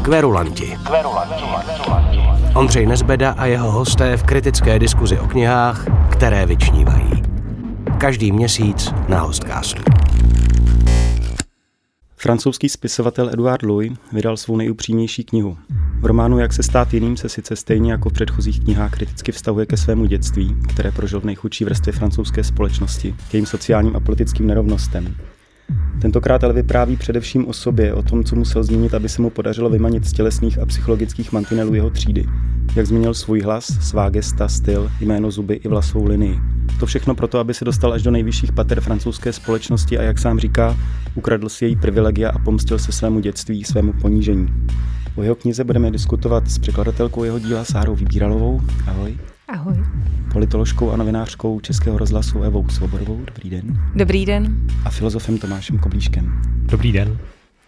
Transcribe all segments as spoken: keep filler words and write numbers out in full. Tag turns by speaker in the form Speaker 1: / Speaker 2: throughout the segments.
Speaker 1: Kverulanti. Ondřej Nezbeda a jeho hosté v kritické diskuzi o knihách, které vyčnívají. Každý měsíc na Hostcastu.
Speaker 2: Francouzský spisovatel Edouard Louis vydal svou nejupřímnější knihu. V románu Jak se stát jiným se sice stejně jako v předchozích knihách kriticky vztahuje ke svému dětství, které prožil v nejchudší vrstvě francouzské společnosti, k jejím sociálním a politickým nerovnostem. Tentokrát ale vypráví především o sobě, o tom, co musel změnit, aby se mu podařilo vymanit z tělesných a psychologických mantinelů jeho třídy. Jak změnil svůj hlas, svá gesta, styl, jméno, zuby i vlasovou linii. To všechno proto, aby se dostal až do nejvyšších pater francouzské společnosti a jak sám říká, ukradl si její privilegia a pomstil se svému dětství, svému ponížení. O jeho knize budeme diskutovat s překladatelkou jeho díla Sárou Vybíralovou. Ahoj.
Speaker 3: Ahoj.
Speaker 2: Politoložkou a novinářkou Českého rozhlasu Evou Svoborovou. Dobrý den.
Speaker 3: Dobrý den.
Speaker 2: A filozofem Tomášem Koblíškem.
Speaker 4: Dobrý den.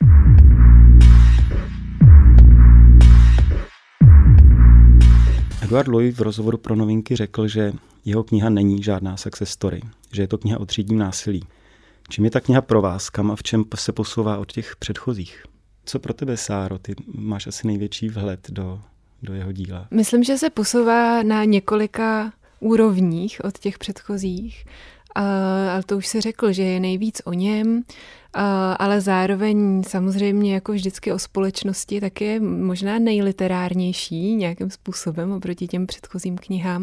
Speaker 2: Edouard Louis v rozhovoru pro Novinky řekl, že jeho kniha není žádná success story, že je to kniha o třídním násilí. Čím je ta kniha pro vás, kam a v čem se posouvá od těch předchozích? Co pro tebe, Sáro, ty máš asi největší vhled do, do jeho díla?
Speaker 3: Myslím, že se posouvá na několika úrovních od těch předchozích, ale to už se řekl, že je nejvíc o něm, ale zároveň samozřejmě jako vždycky o společnosti tak je možná nejliterárnější nějakým způsobem oproti těm předchozím knihám.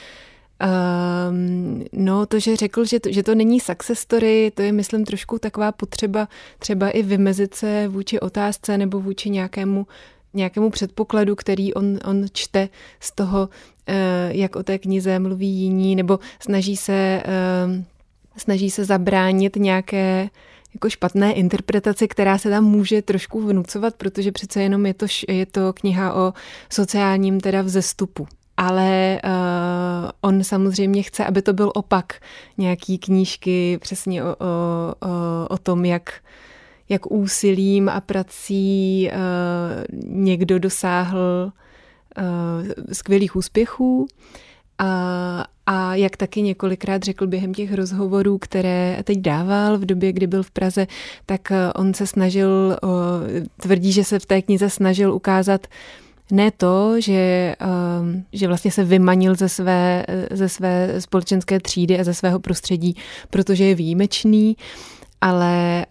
Speaker 3: Um, no to, že řekl, že to, že to není success story, to je myslím trošku taková potřeba třeba i vymezit se vůči otázce nebo vůči nějakému, nějakému předpokladu, který on, on čte z toho, uh, jak o té knize mluví jiní, nebo snaží se, uh, snaží se zabránit nějaké jako špatné interpretaci, která se tam může trošku vnucovat, protože přece jenom je to, je to kniha o sociálním teda vzestupu. Ale uh, on samozřejmě chce, aby to byl opak nějaký knížky přesně o, o, o, o tom, jak, jak úsilím a prací uh, někdo dosáhl uh, skvělých úspěchů a, a jak taky několikrát řekl během těch rozhovorů, které teď dával v době, kdy byl v Praze, tak on se snažil, uh, tvrdí, že se v té knize snažil ukázat ne to, že, že vlastně se vymanil ze své, ze své společenské třídy a ze svého prostředí, protože je výjimečný, ale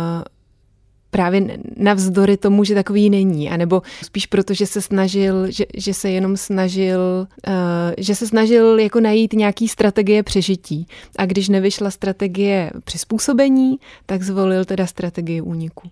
Speaker 3: právě navzdory tomu, že takový není, anebo spíš proto, že se snažil, že, že se jenom snažil, že se snažil jako najít nějaký strategie přežití. A když nevyšla strategie přizpůsobení, tak zvolil teda strategii úniku.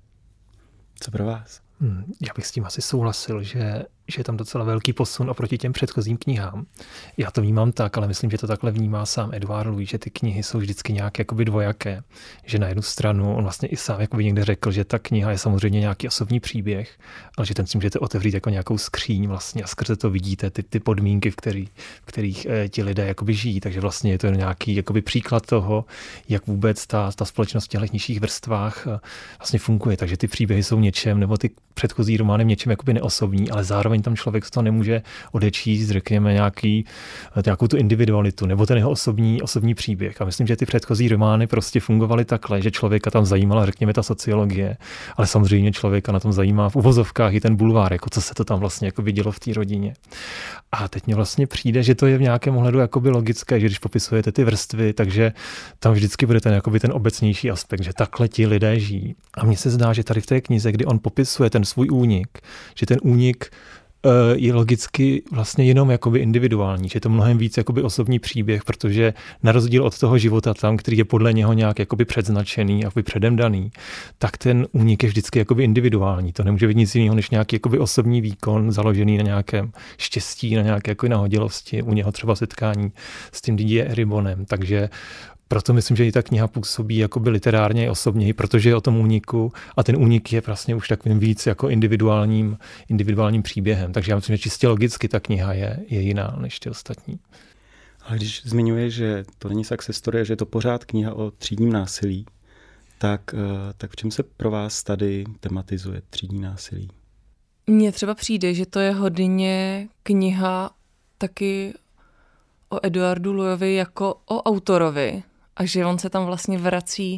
Speaker 2: Co pro vás?
Speaker 4: Hmm, já bych s tím asi souhlasil, že, že je tam docela velký posun oproti těm předchozím knihám. Já to vnímám tak, ale myslím, že to takhle vnímá sám Edouard Louis, že ty knihy jsou vždycky nějak jakoby dvojaké. Že na jednu stranu on vlastně i sám jakoby někde řekl, že ta kniha je samozřejmě nějaký osobní příběh, ale že ten si můžete otevřít jako nějakou skříň vlastně a skrze to vidíte ty, ty podmínky, v, který, v kterých eh, ti lidé jakoby žijí. Takže vlastně je to nějaký jakoby příklad toho, jak vůbec ta, ta společnost v těchto nižších vrstvách eh, vlastně funguje. Takže ty příběhy jsou něčem, nebo ty předchozí romány něčem jakoby neosobní, ale zároveň tam člověk z toho nemůže odečíst, řekněme, nějaký, nějakou tu individualitu nebo ten jeho osobní, osobní příběh. A myslím, že ty předchozí romány prostě fungovaly takhle, že člověka tam zajímala, řekněme, ta sociologie, ale samozřejmě člověka na tom zajímá v uvozovkách i ten bulvár, jako co se to tam vlastně jako vidělo v té rodině. A teď mně vlastně přijde, že to je v nějakém ohledu jakoby logické, že když popisujete ty vrstvy, takže tam vždycky bude ten, jakoby ten obecnější aspekt, že takhle ti lidé žijí. A mně se zdá, že tady v té knize, kdy on popisuje ten svůj únik, že ten únik je logicky vlastně jenom jakoby individuální, že je to mnohem víc jakoby osobní příběh, protože na rozdíl od toho života tam, který je podle něho nějak jakoby předznačený, jakoby předem daný, tak ten únik je vždycky jakoby individuální. To nemůže být nic jiného než nějaký jakoby osobní výkon založený na nějakém štěstí, na nějaké jako nahodilosti, u něho třeba setkání s tím Didier Eribonem. Takže proto myslím, že i ta kniha působí jakoby literárně i osobněji, protože je o tom úniku a ten únik je vlastně už takovým víc jako individuálním, individuálním příběhem. Takže já myslím, že čistě logicky ta kniha je, je jiná než ty ostatní.
Speaker 2: Ale když zmiňuje, že to není success story, že je to pořád kniha o třídním násilí, tak, tak v čem se pro vás tady tematizuje třídní násilí?
Speaker 5: Mně třeba přijde, že to je hodně kniha taky o Edouardu Louisovi jako o autorovi a že on se tam vlastně vrací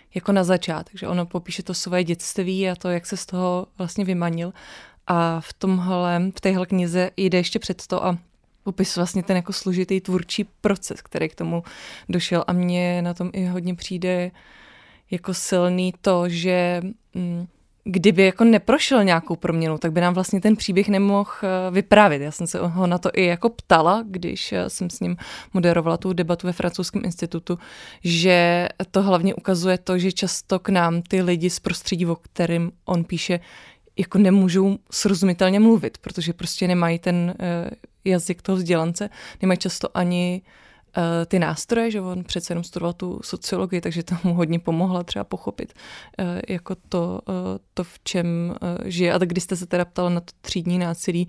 Speaker 5: jako na začátek, že ono popíše to svoje dětství a to, jak se z toho vlastně vymanil. A v tomhle, v téhle knize jde ještě před to a popisuje vlastně ten jako složitý tvůrčí proces, který k tomu došel. A mně na tom i hodně přijde jako silný to, že mm, kdyby jako neprošel nějakou proměnu, tak by nám vlastně ten příběh nemohl vyprávět. Já jsem se ho na to i jako ptala, když jsem s ním moderovala tu debatu ve francouzském institutu, že to hlavně ukazuje to, že často k nám ty lidi z prostředí, o kterém on píše, jako nemůžou srozumitelně mluvit, protože prostě nemají ten jazyk toho vzdělance, nemají často ani ty nástroje, že on přece jenom studoval tu sociologii, takže to mu hodně pomohla třeba pochopit jako to, to v čem žije. A tak když jste se teda ptala na to třídní násilí,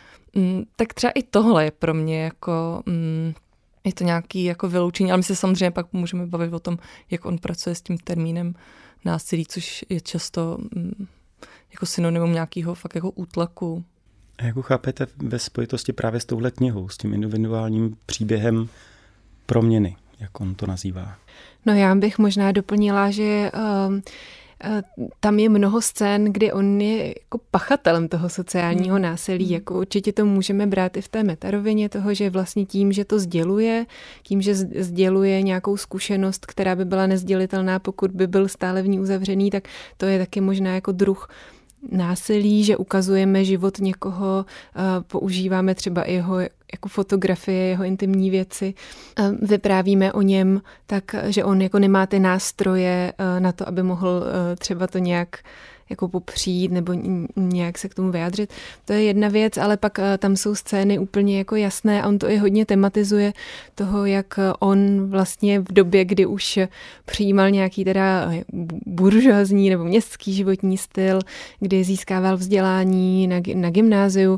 Speaker 5: tak třeba i tohle je pro mě jako, je to nějaký jako vyloučení, ale my se samozřejmě pak můžeme bavit o tom, jak on pracuje s tím termínem násilí, což je často jako synonymum nějakého fakt jako útlaku.
Speaker 2: A jak ho chápete ve spojitosti právě s touhle knihou, s tím individuálním příběhem proměny, jak on to nazývá?
Speaker 3: No já bych možná doplnila, že uh, uh, tam je mnoho scén, kdy on je jako pachatelem toho sociálního hmm. násilí. Jako určitě to můžeme brát i v té metarovině toho, že vlastně tím, že to sděluje, tím, že sděluje nějakou zkušenost, která by byla nezdělitelná, pokud by byl stále v ní uzavřený, tak to je taky možná jako druh násilí, že ukazujeme život někoho, používáme třeba i jeho jako fotografie, jeho intimní věci, vyprávíme o něm tak, že on jako nemá ty nástroje na to, aby mohl třeba to nějak jako popřít nebo nějak se k tomu vyjádřit. To je jedna věc, ale pak tam jsou scény úplně jako jasné a on to i hodně tematizuje toho, jak on vlastně v době, kdy už přijímal nějaký teda buržoazní nebo městský životní styl, kdy získával vzdělání na, na gymnáziu,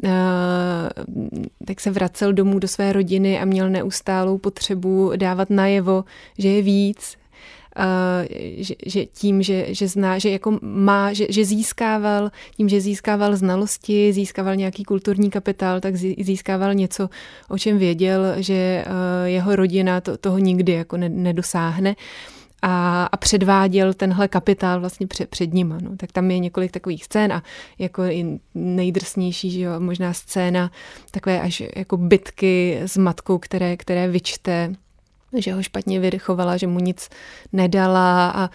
Speaker 3: tak se vracel domů do své rodiny a měl neustálou potřebu dávat najevo, že je víc, Uh, že, že tím, že, že zná, že jako má, že, že získával, tím, že získával znalosti, získával nějaký kulturní kapitál, tak získával něco, o čem věděl, že uh, jeho rodina to, toho nikdy jako ne, nedosáhne. A, a předváděl tenhle kapitál vlastně před, před nima. No. Tak tam je několik takových scén a jako i nejdrsnější, že jo, možná scéna takové až jako bitky s matkou, které, které vyčte, že ho špatně vychovala, že mu nic nedala a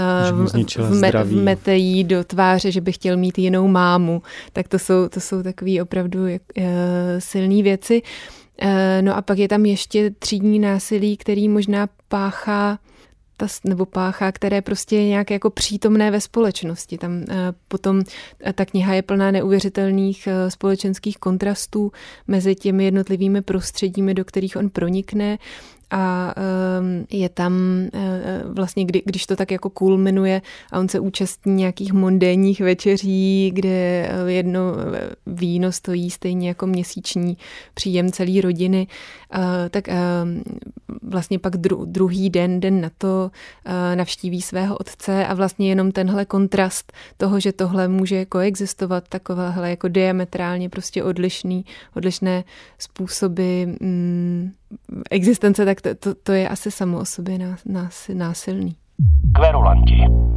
Speaker 3: vmete jí do tváře, že by chtěl mít jinou mámu. Tak to jsou, to jsou takové opravdu silné věci. No a pak je tam ještě třídní násilí, který možná páchá nebo páchá, které prostě je nějak jako přítomné ve společnosti. Tam potom ta kniha je plná neuvěřitelných společenských kontrastů mezi těmi jednotlivými prostředími, do kterých on pronikne. A je tam vlastně, kdy, když to tak jako kulminuje a on se účastní nějakých mondénních večeří, kde jedno víno stojí stejně jako měsíční příjem celé rodiny, tak vlastně pak dru, druhý den, den na to navštíví svého otce a vlastně jenom tenhle kontrast toho, že tohle může koexistovat, takovéhle jako diametrálně prostě odlišný, odlišné způsoby mm, existence, tak to, to, to je asi samo o sobě nás, nás, násilný.
Speaker 1: Kverulanti.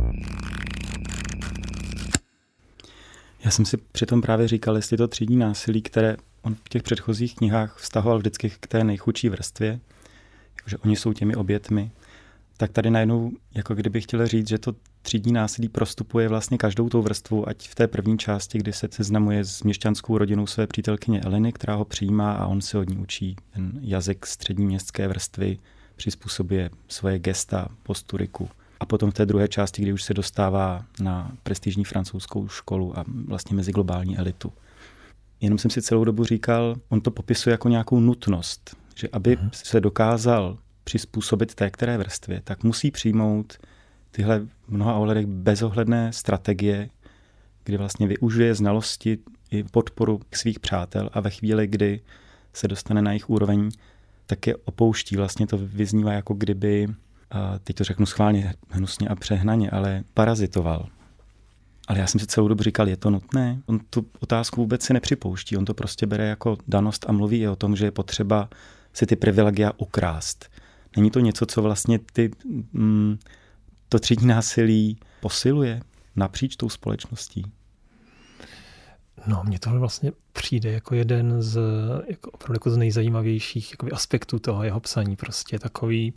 Speaker 2: Já jsem si přitom právě říkal, jestli to třídní násilí, které on v těch předchozích knihách vztahoval vždycky k té nejchudší vrstvě, že oni jsou těmi obětmi, tak tady najednou, jako kdyby chtěl říct, že to třídní násilí prostupuje vlastně každou tou vrstvu, ať v té první části, kdy se seznamuje s měšťanskou rodinou své přítelkyně Eleny, která ho přijímá a on se od ní učí ten jazyk střední městské vrstvy, přizpůsobuje svoje gesta, posturiku. A potom v té druhé části, kdy už se dostává na prestižní francouzskou školu a vlastně mezi globální elitu. Jenom jsem si celou dobu říkal, on to popisuje jako nějakou nutnost, že aby Aha. se dokázal přizpůsobit té které vrstvě, tak musí přijmout tyhle v mnoha ohledech bezohledné strategie, kdy vlastně využije znalosti i podporu svých přátel a ve chvíli, kdy se dostane na jejich úroveň, tak je opouští. Vlastně to vyznívá jako kdyby, teď to řeknu schválně, hnusně a přehnaně, ale parazitoval. Ale já jsem si celou dobu říkal, je to nutné? On tu otázku vůbec si nepřipouští. On to prostě bere jako danost a mluví i o tom, že je potřeba si ty privilegia ukrást. Není to něco, co vlastně ty, mm, to třídní násilí posiluje napříč tou společností?
Speaker 4: No, mně tohle vlastně přijde jako jeden z, jako opravdu jako z nejzajímavějších jakoby aspektů toho jeho psaní. Prostě takový,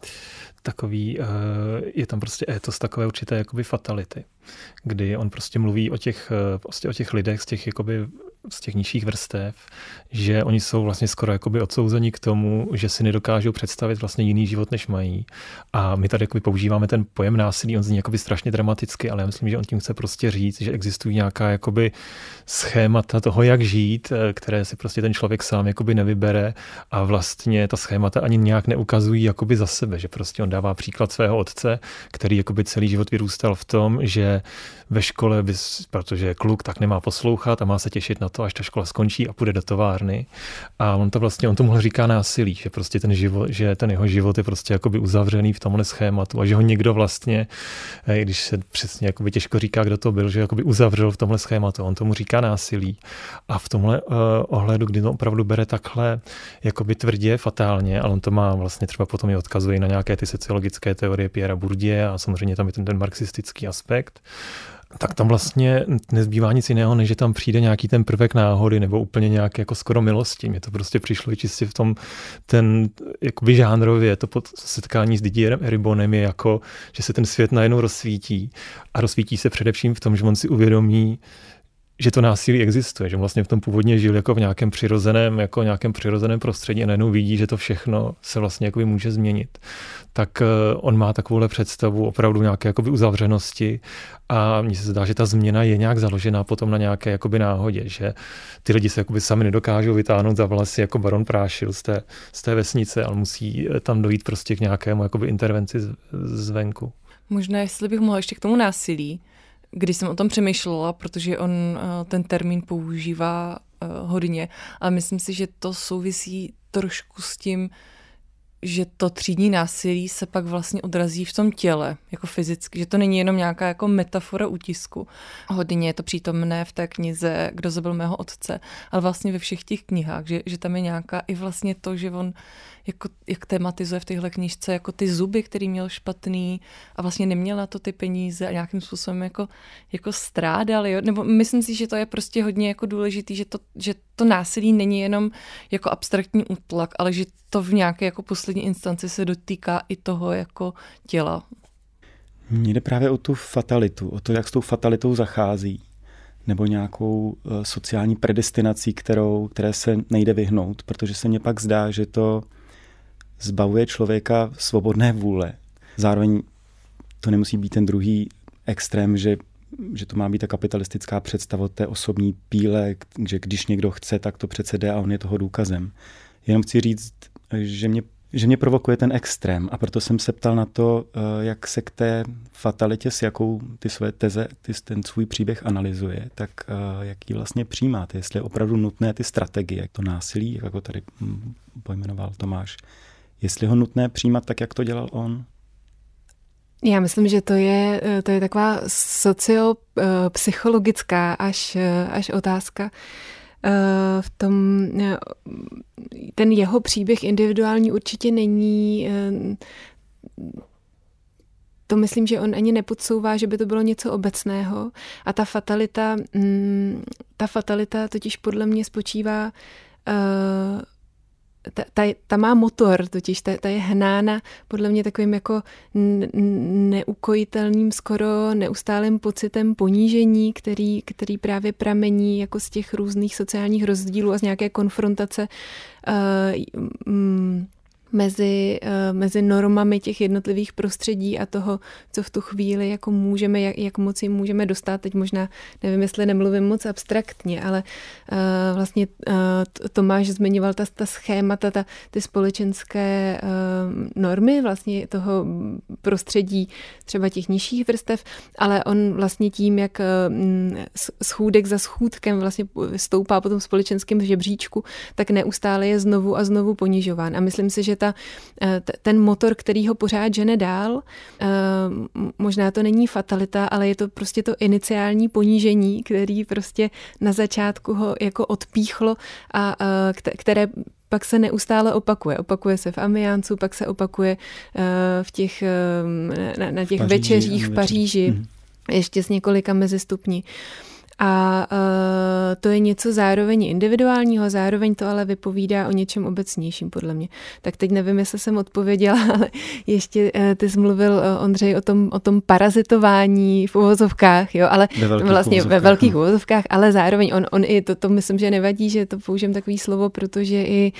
Speaker 4: takový je tam prostě étos takové určité jakoby fatality, kdy on prostě mluví o těch, prostě o těch lidech z těch, jakoby, z těch nižších vrstev, že oni jsou vlastně skoro jakoby odsouzeni k tomu, že si nedokážou představit vlastně jiný život, než mají. A my tady jakoby používáme ten pojem násilí, on zní jakoby strašně dramaticky, ale já myslím, že on tím chce prostě říct, že existují nějaká jakoby schémata toho, jak žít, které si prostě ten člověk sám jakoby nevybere a vlastně ta schémata ani nějak neukazují jakoby za sebe, že prostě on dává příklad svého otce, který jakoby celý život vyrůstal v tom, že ve škole, bys, protože je kluk, tak nemá poslouchat a má se těšit na to, až ta škola skončí a půjde do továrny. A on to vlastně, on tomu říká násilí, že prostě ten život, že ten jeho život je prostě jakoby uzavřený v tomhle schématu a že ho někdo vlastně, když se přesně jakoby těžko říká, kdo to byl, že jakoby uzavřel v tomhle schématu, on tomu říká násilí. A v tomhle uh, ohledu, kdy to opravdu bere takhle jakoby tvrdě, fatálně, ale on to má vlastně třeba potom i odkazuje na nějaké ty sociologické teorie Pierra Bourdieu a samozřejmě tam je ten, ten marxistický aspekt, tak tam vlastně nezbývá nic jiného, než že tam přijde nějaký ten prvek náhody nebo úplně nějak jako skoro milosti. Mně to prostě přišlo i čistě v tom ten jakoby žánrově, to pod setkání s Didierem Eribonem je jako, že se ten svět najednou rozsvítí a rozsvítí se především v tom, že on si uvědomí, že to násilí existuje, že vlastně v tom původně žil jako v nějakém přirozeném, jako nějakém přirozeném prostředí a najednou vidí, že to všechno se vlastně jakoby může změnit. Tak on má takovouhle představu opravdu nějaké jakoby uzavřenosti a mně se zdá, že ta změna je nějak založená potom na nějaké jakoby náhodě, že ty lidi se jakoby sami nedokážou vytáhnout za vlasy jako baron Prášil z té, z té vesnice, ale musí tam dojít prostě k nějakému jakoby intervenci zvenku.
Speaker 5: Možná, jestli bych mohla ještě k tomu násilí, když jsem o tom přemýšlela, protože on ten termín používá hodně, ale myslím si, že to souvisí trošku s tím, že to třídní násilí se pak vlastně odrazí v tom těle, jako fyzicky, že to není jenom nějaká jako metafora útisku. Hodně je to přítomné v té knize Kdo zabil mého otce, ale vlastně ve všech těch knihách, že, že tam je nějaká i vlastně to, že on jako, jak tematizuje v téhle knižce jako ty zuby, který měl špatný a vlastně neměl na to ty peníze a nějakým způsobem jako, jako strádal. Jo? Nebo myslím si, že to je prostě hodně jako důležitý, že to, že to násilí není jenom jako abstraktní útlak, ale že to v nějaké jako poslední instanci se dotýká i toho jako těla.
Speaker 2: Mně jde právě o tu fatalitu, o to, jak s tou fatalitou zachází, nebo nějakou uh, sociální predestinací, kterou, které se nejde vyhnout, protože se mně pak zdá, že to zbavuje člověka svobodné vůle. Zároveň to nemusí být ten druhý extrém, že, že to má být ta kapitalistická představa té osobní píle, že když někdo chce, tak to přece jde a on je toho důkazem. Jenom chci říct, že mě, že mě provokuje ten extrém a proto jsem se ptal na to, jak se k té fatalitě, s jakou ty své teze, ty, ten svůj příběh analyzuje, tak jak ji vlastně přijímáte, jestli je opravdu nutné ty strategie, to násilí, jak ho tady pojmenoval Tomáš, jestli ho nutné přijímat tak, jak to dělal on?
Speaker 3: Já myslím, že to je, to je taková sociopsychologická až, až otázka. V tom, ten jeho příběh individuální určitě není. To myslím, že on ani nepodsouvá, že by to bylo něco obecného. A ta fatalita, ta fatalita totiž podle mě spočívá, ta, ta, ta má motor, totiž ta, ta je hnána podle mě takovým jako neukojitelným, skoro neustálým pocitem ponížení, který, který právě pramení jako z těch různých sociálních rozdílů a z nějaké konfrontace uh, um, mezi, uh, mezi normami těch jednotlivých prostředí a toho, co v tu chvíli jako můžeme, jak, jak moc jim můžeme dostat. Teď možná nevím, jestli nemluvím moc abstraktně, ale uh, vlastně uh, Tomáš zmiňoval ta, ta schémata, ta, ty společenské uh, normy vlastně toho prostředí třeba těch nižších vrstev, ale on vlastně tím, jak uh, schůdek za schůdkem vlastně stoupá po tom společenském žebříčku, tak neustále je znovu a znovu ponižován. A myslím si, že Ta, ten motor, který ho pořád žene dál, možná to není fatalita, ale je to prostě to iniciální ponížení, který prostě na začátku ho jako odpíchlo a které pak se neustále opakuje. Opakuje se v Amiáncu, pak se opakuje uh, v těch, uh, na, na těch Paříži, večeřích v Paříži, hmm. ještě s několika mezistupni. A uh, to je něco zároveň individuálního, zároveň to ale vypovídá o něčem obecnějším, podle mě. Tak teď nevím, jestli jsem odpověděla, ale ještě uh, ty jsi mluvil, uh, Ondřej, o tom, o tom parazitování v uvozovkách, jo, ale
Speaker 2: ve velkých
Speaker 3: vlastně
Speaker 2: uvozovkách.
Speaker 3: ve velkých uvozovkách, ale zároveň on, on i to, to myslím, že nevadí, že to použijem takový slovo, protože i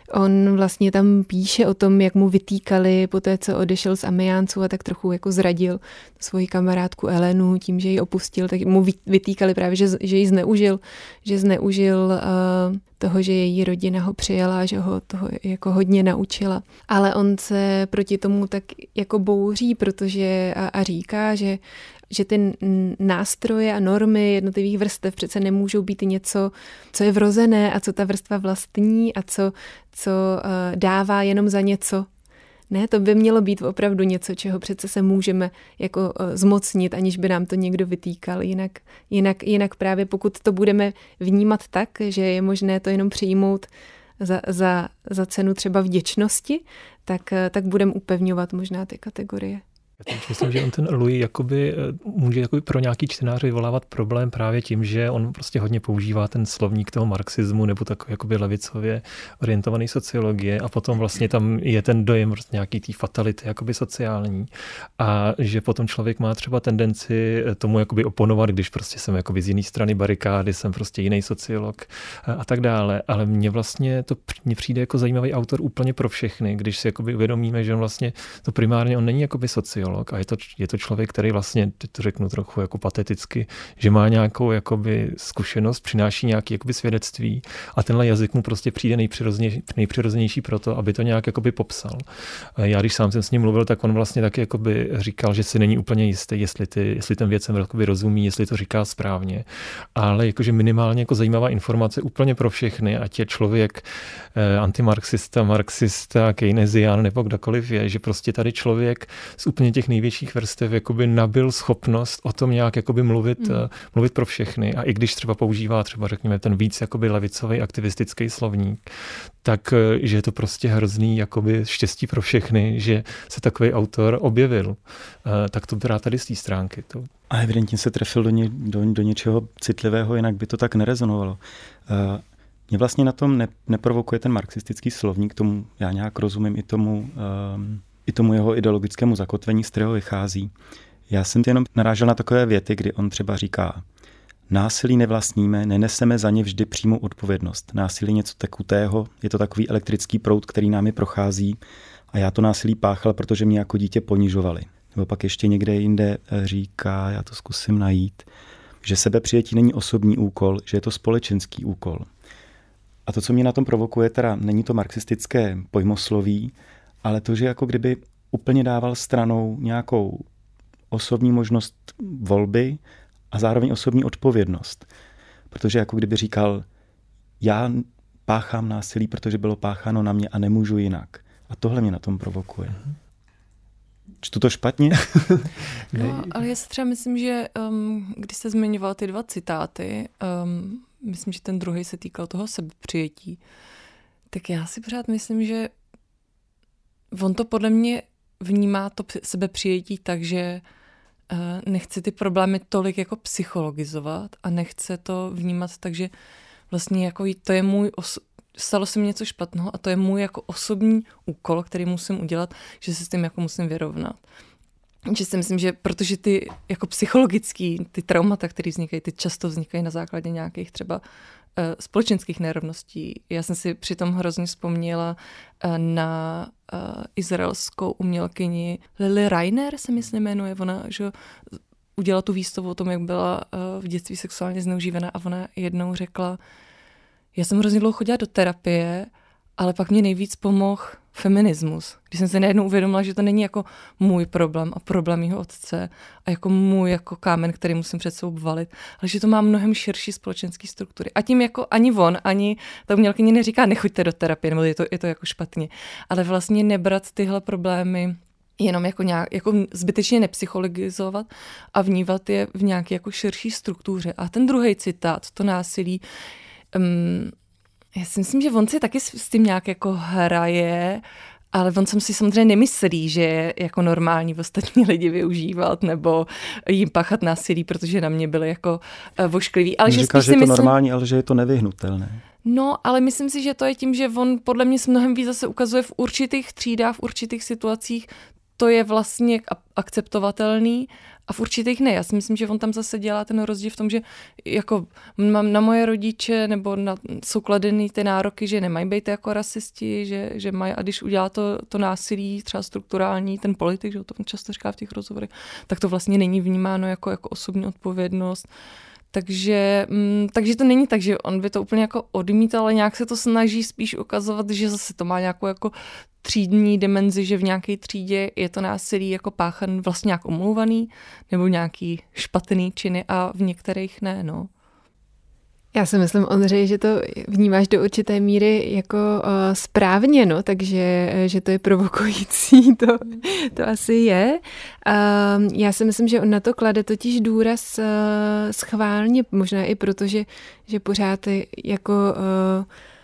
Speaker 3: on vlastně tam píše o tom, jak mu vytýkali po té, co odešel z Amiáncu a tak trochu jako zradil svoji kamarádku Elenu tím, že ji opustil, tak mu vytýkali právě, že, že ji zneužil, že zneužil uh, toho, že její rodina ho přijala, že ho toho jako hodně naučila. Ale on se proti tomu tak jako bouří, protože a, a říká, že že ty nástroje a normy jednotlivých vrstev přece nemůžou být něco, co je vrozené a co ta vrstva vlastní a co, co uh, dává jenom za něco. Ne, to by mělo být opravdu něco, čeho přece se můžeme jako uh, zmocnit, aniž by nám to někdo vytýkal. Jinak, jinak, jinak právě pokud to budeme vnímat tak, že je možné to jenom přijmout za, za, za cenu třeba vděčnosti, tak, uh, tak budeme upevňovat možná ty kategorie.
Speaker 4: Já myslím, že on ten Louis jakoby může jakoby pro nějaký čtenář vyvolávat problém právě tím, že on prostě hodně používá ten slovník toho marxismu nebo takový jakoby levicově orientovaný sociologie a potom vlastně tam je ten dojem prostě nějaký té fatality jakoby sociální a že potom člověk má třeba tendenci tomu jakoby oponovat, když prostě jsem jakoby z jiné strany barikády, jsem prostě jiný sociolog a tak dále, ale mně vlastně to mně přijde jako zajímavý autor úplně pro všechny, když si jakoby uvědomíme, že on vlastně to primárně on není jakoby sociolog, a je to, je to člověk, který vlastně, teď to řeknu trochu jako pateticky, že má nějakou jakoby zkušenost, přináší nějaké jakoby svědectví a tenhle jazyk mu prostě přijde nejpřirozenější, nejpřirozenější pro to, aby to nějak jakoby popsal. Já když sám jsem s ním mluvil, tak on vlastně taky jakoby říkal, že si není úplně jistý, jestli, ty, jestli ten věcem jakoby rozumí, jestli to říká správně, ale jakože minimálně jako zajímavá informace úplně pro všechny, ať je člověk eh, antimarxista, marxista, keynesián nebo kdokoliv je, že prostě tady člověk z úplně těch největších vrstev jakoby nabyl schopnost o tom nějak jakoby mluvit, mm. uh, mluvit pro všechny. A i když třeba používá třeba řekněme ten víc jakoby levicový aktivistický slovník, tak uh, že je to prostě hrozný jakoby štěstí pro všechny, že se takový autor objevil. Uh, tak to brá tady z té stránky. To.
Speaker 2: A evidentně se trefil do, ně, do, do něčeho citlivého, jinak by to tak nerezonovalo. Uh, mě vlastně na tom ne, neprovokuje ten marxistický slovník, tomu já nějak rozumím i tomu um, i tomu jeho ideologickému zakotvení, z kterého vychází. Já jsem jenom narážel na takové věty, kdy on třeba říká: násilí nevlastníme, neneseme za ně vždy přímou odpovědnost. Násilí je něco tekutého, je to takový elektrický proud, který námi prochází a já to násilí páchal, protože mě jako dítě ponižovali. Nebo pak ještě někde jinde říká, já to zkusím najít, že sebepřijetí není osobní úkol, že je to společenský úkol. A to, co mě na tom provokuje, teda není to marxistické pojmosloví, ale to, že jako kdyby úplně dával stranou nějakou osobní možnost volby a zároveň osobní odpovědnost. Protože jako kdyby říkal, já páchám násilí, protože bylo pácháno na mě a nemůžu jinak. A tohle mě na tom provokuje. Čtu to špatně?
Speaker 5: No, ale já si třeba myslím, že um, když jste zmiňoval ty dva citáty, um, myslím, že ten druhý se týkal toho sebepřijetí, tak já si pořád myslím, že on to podle mě vnímá to sebepřijetí tak, že uh, nechce ty problémy tolik jako psychologizovat a nechce to vnímat tak, že vlastně jako to je můj os- stalo se mi něco špatného a to je můj jako osobní úkol, který musím udělat, že se s tím jako musím vyrovnat. Že si myslím, že protože ty jako psychologický, ty traumata, které vznikají, ty často vznikají na základě nějakých třeba uh, společenských nerovností. Já jsem si přitom hrozně vzpomněla uh, na uh, izraelskou umělkyni Lili Reiner, se myslím jmenuje, ona, že udělala tu výstavu o tom, jak byla uh, v dětství sexuálně zneužívaná a ona jednou řekla, já jsem hrozně dlouho chodila do terapie, ale pak mě nejvíc pomohl feminismus. Když jsem se najednou uvědomila, že to není jako můj problém a problém mýho otce a jako můj jako kámen, který musím před sebou obvalit, ale že to má mnohem širší společenské struktury. A tím jako ani on, ani ta umělkyně neříká, nechoďte do terapie, nebo je to, je to jako špatně. Ale vlastně nebrat tyhle problémy jenom jako, nějak, jako zbytečně nepsychologizovat a vnívat je v nějaké jako širší struktuře. A ten druhý citát, to násilí, um, Já si myslím, že on si taky s tím nějak jako hraje, ale on jsem si samozřejmě nemyslí, že je jako normální ostatní lidi využívat nebo jim páchat násilí, protože na mě byli jako voškliví. Ale že
Speaker 2: říká, že je to
Speaker 5: myslím,
Speaker 2: normální, ale že je to nevyhnutelné.
Speaker 5: No, ale myslím si, že to je tím, že on podle mě se mnohem víc zase ukazuje v určitých třídách, v určitých situacích, to je vlastně akceptovatelný a v určitých ne. Já si myslím, že on tam zase dělá ten rozdíl v tom, že jako mám na moje rodiče nebo na, jsou kladený ty nároky, že nemají být jako rasisti, že, že mají, a když udělá to, to násilí, třeba strukturální, ten politik, že to on často říká v těch rozhovorech, tak to vlastně není vnímáno jako, jako osobní odpovědnost. Takže, mm, takže to není tak, že on by to úplně jako odmítal, ale nějak se to snaží spíš ukazovat, že zase to má nějakou jako třídní dimenzi, že v nějaké třídě je to násilí jako páchan vlastně nějak omlouvaný nebo nějaký špatný činy a v některých ne, no.
Speaker 3: Já si myslím, Ondřej, že to vnímáš do určité míry jako uh, správně, no, takže že to je provokující, to, to asi je. Uh, já si myslím, že on na to klade totiž důraz uh, schválně, možná i proto, že, že pořád jako uh,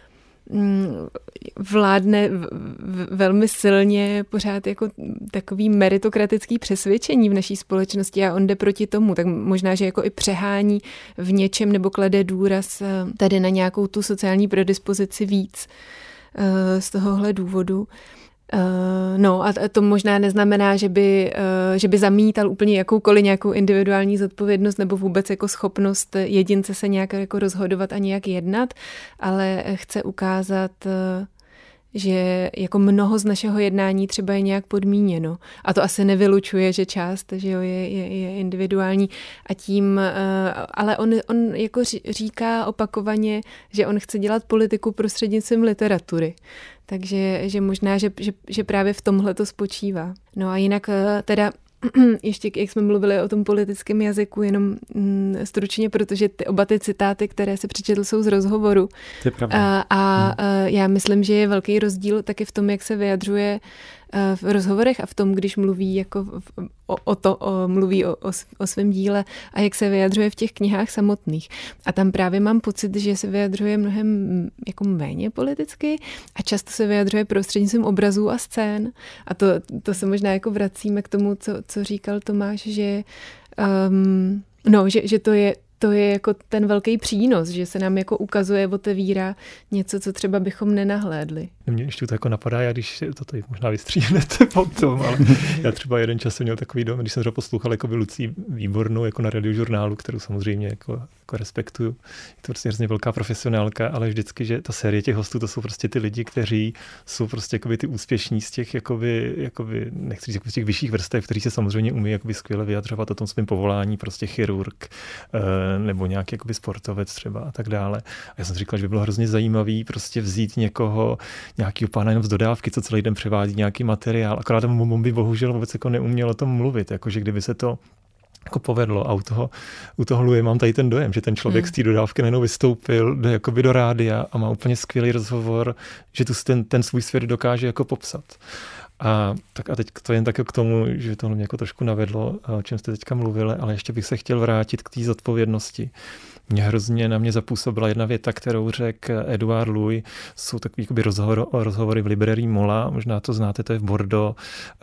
Speaker 3: vládne velmi silně pořád jako takový meritokratický přesvědčení v naší společnosti a on jde proti tomu, tak možná, že jako i přehání v něčem nebo klade důraz tady na nějakou tu sociální predispozici víc z tohohle důvodu. Uh, no a to možná neznamená, že by, uh, že by zamítal úplně jakoukoliv nějakou individuální zodpovědnost nebo vůbec jako schopnost jedince se nějak jako rozhodovat a nějak jednat, ale chce ukázat, uh, že jako mnoho z našeho jednání třeba je nějak podmíněno. A to asi nevylučuje, že část že jo, je, je, je individuální a tím, uh, ale on, on jako říká opakovaně, že on chce dělat politiku prostřednictvím literatury. Takže že možná, že, že, že právě v tomhle to spočívá. No a jinak teda ještě, jak jsme mluvili o tom politickém jazyku, jenom mm, stručně, protože ty, oba ty citáty, které se přečetl, jsou z rozhovoru.
Speaker 2: To je pravda.
Speaker 3: A, a hmm. já myslím, že je velký rozdíl taky v tom, jak se vyjadřuje v rozhovorech a v tom, když mluví jako o, o to, o, mluví o, o, o svém díle a jak se vyjadřuje v těch knihách samotných. A tam právě mám pocit, že se vyjadřuje mnohem jako méně politicky a často se vyjadřuje prostřednictvím obrazů a scén. A to, to se možná jako vracíme k tomu, co, co říkal Tomáš, že, um, no, že, že to je To je jako ten velký přínos, že se nám jako ukazuje, otevírá něco, co třeba bychom nenahlédli.
Speaker 4: Mně ještě to jako napadá, já když to tady možná vystříhnete potom, ale já třeba jeden čas jsem měl takový dom, když jsem třeba poslouchal jako by Lucii Výbornou jako na Radiožurnálu, kterou samozřejmě jako, jako respektuju. Je to prostě hrozně velká profesionálka, ale vždycky, že ta série těch hostů, to jsou prostě ty lidi, kteří jsou prostě jakoby ty úspěšní z těch, jakoby, jakoby, nechci říct, z těch vyšších vrstev, kteří se samozřejmě umí jakoby skvěle vyjadřovat o tom svém povolání, prostě chirurg, nebo nějaký jakoby sportovec třeba a tak dále. A já jsem říkal, že by bylo hrozně zajímavý prostě vzít někoho, nějakýho pána jenom z dodávky, co celý den převádí nějaký materiál. Akorát on by bohužel vůbec jako neuměl o tom mluvit, jakože kdyby se to jako povedlo a u toho, u toho Louie mám tady ten dojem, že ten člověk hmm. z té dodávky najednou vystoupil jde jakoby do rádia a má úplně skvělý rozhovor, že tu ten, ten svůj svět dokáže jako popsat. A, tak a teď to jen tak k tomu, že to mě jako trošku navedlo, o čem jste teďka mluvili, ale ještě bych se chtěl vrátit k té zodpovědnosti. Mě hrozně na mě zapůsobila jedna věta, kterou řekl Edouard Louis. Jsou takový jakoby rozhovor, rozhovory v Librairie Mola, možná to znáte, to je v Bordeaux,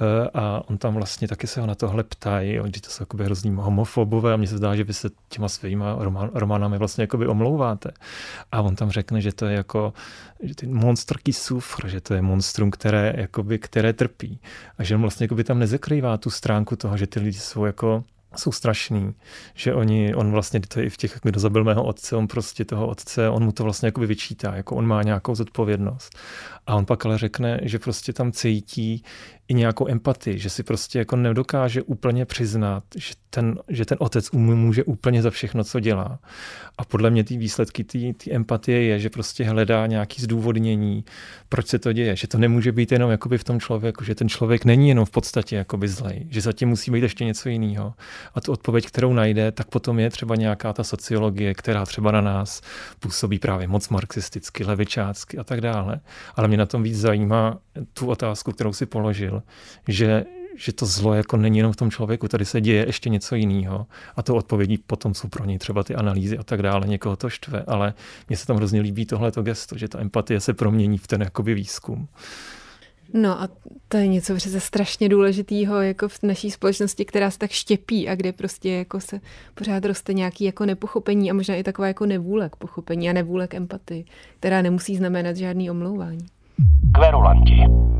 Speaker 4: a on tam vlastně taky se ho na tohle ptají, že to jsou jakoby hrozný homofobové a mně se zdá, že vy se těma svýma román, románami vlastně jakoby omlouváte. A on tam řekne, že to je jako že ty monstr qui souffre, že to je monstrum, které, jakoby, které trpí. A že on vlastně jakoby tam nezakrývá tu stránku toho, že ty lidi jsou jako jsou strašný, že oni, on vlastně, to je i v těch, kdo zabil mého otce, on prostě toho otce, on mu to vlastně jakoby vyčítá, jako on má nějakou zodpovědnost. A on pak ale řekne, že prostě tam cítí i nějakou empatii, že si prostě jako nedokáže úplně přiznat, že ten, že ten otec může úplně za všechno, co dělá. A podle mě ty výsledky té empatie je, že prostě hledá nějaké zdůvodnění, proč se to děje, že to nemůže být jenom jakoby v tom člověku, že ten člověk není jenom v podstatě jakoby zlej, že zatím musí být ještě něco jiného. A tu odpověď, kterou najde, tak potom je třeba nějaká ta sociologie, která třeba na nás působí právě moc marxisticky, levičácky a tak dále. Ale mě na tom víc zajímá tu otázku, kterou si položil, že, že to zlo jako není jenom v tom člověku, tady se děje ještě něco jiného a to odpovědí potom jsou pro něj třeba ty analýzy a tak dále, někoho to štve, ale mně se tam hrozně líbí tohleto gesto, že ta empatie se promění v ten jakoby výzkum.
Speaker 3: No a to je něco přece strašně důležitého jako v naší společnosti, která se tak štěpí a kde prostě jako se pořád roste nějaký jako nepochopení a možná i taková jako nevůle k pochopení a nevůle k empatii, která nemusí znamenat žádný omlouvání.
Speaker 1: Kverulanti.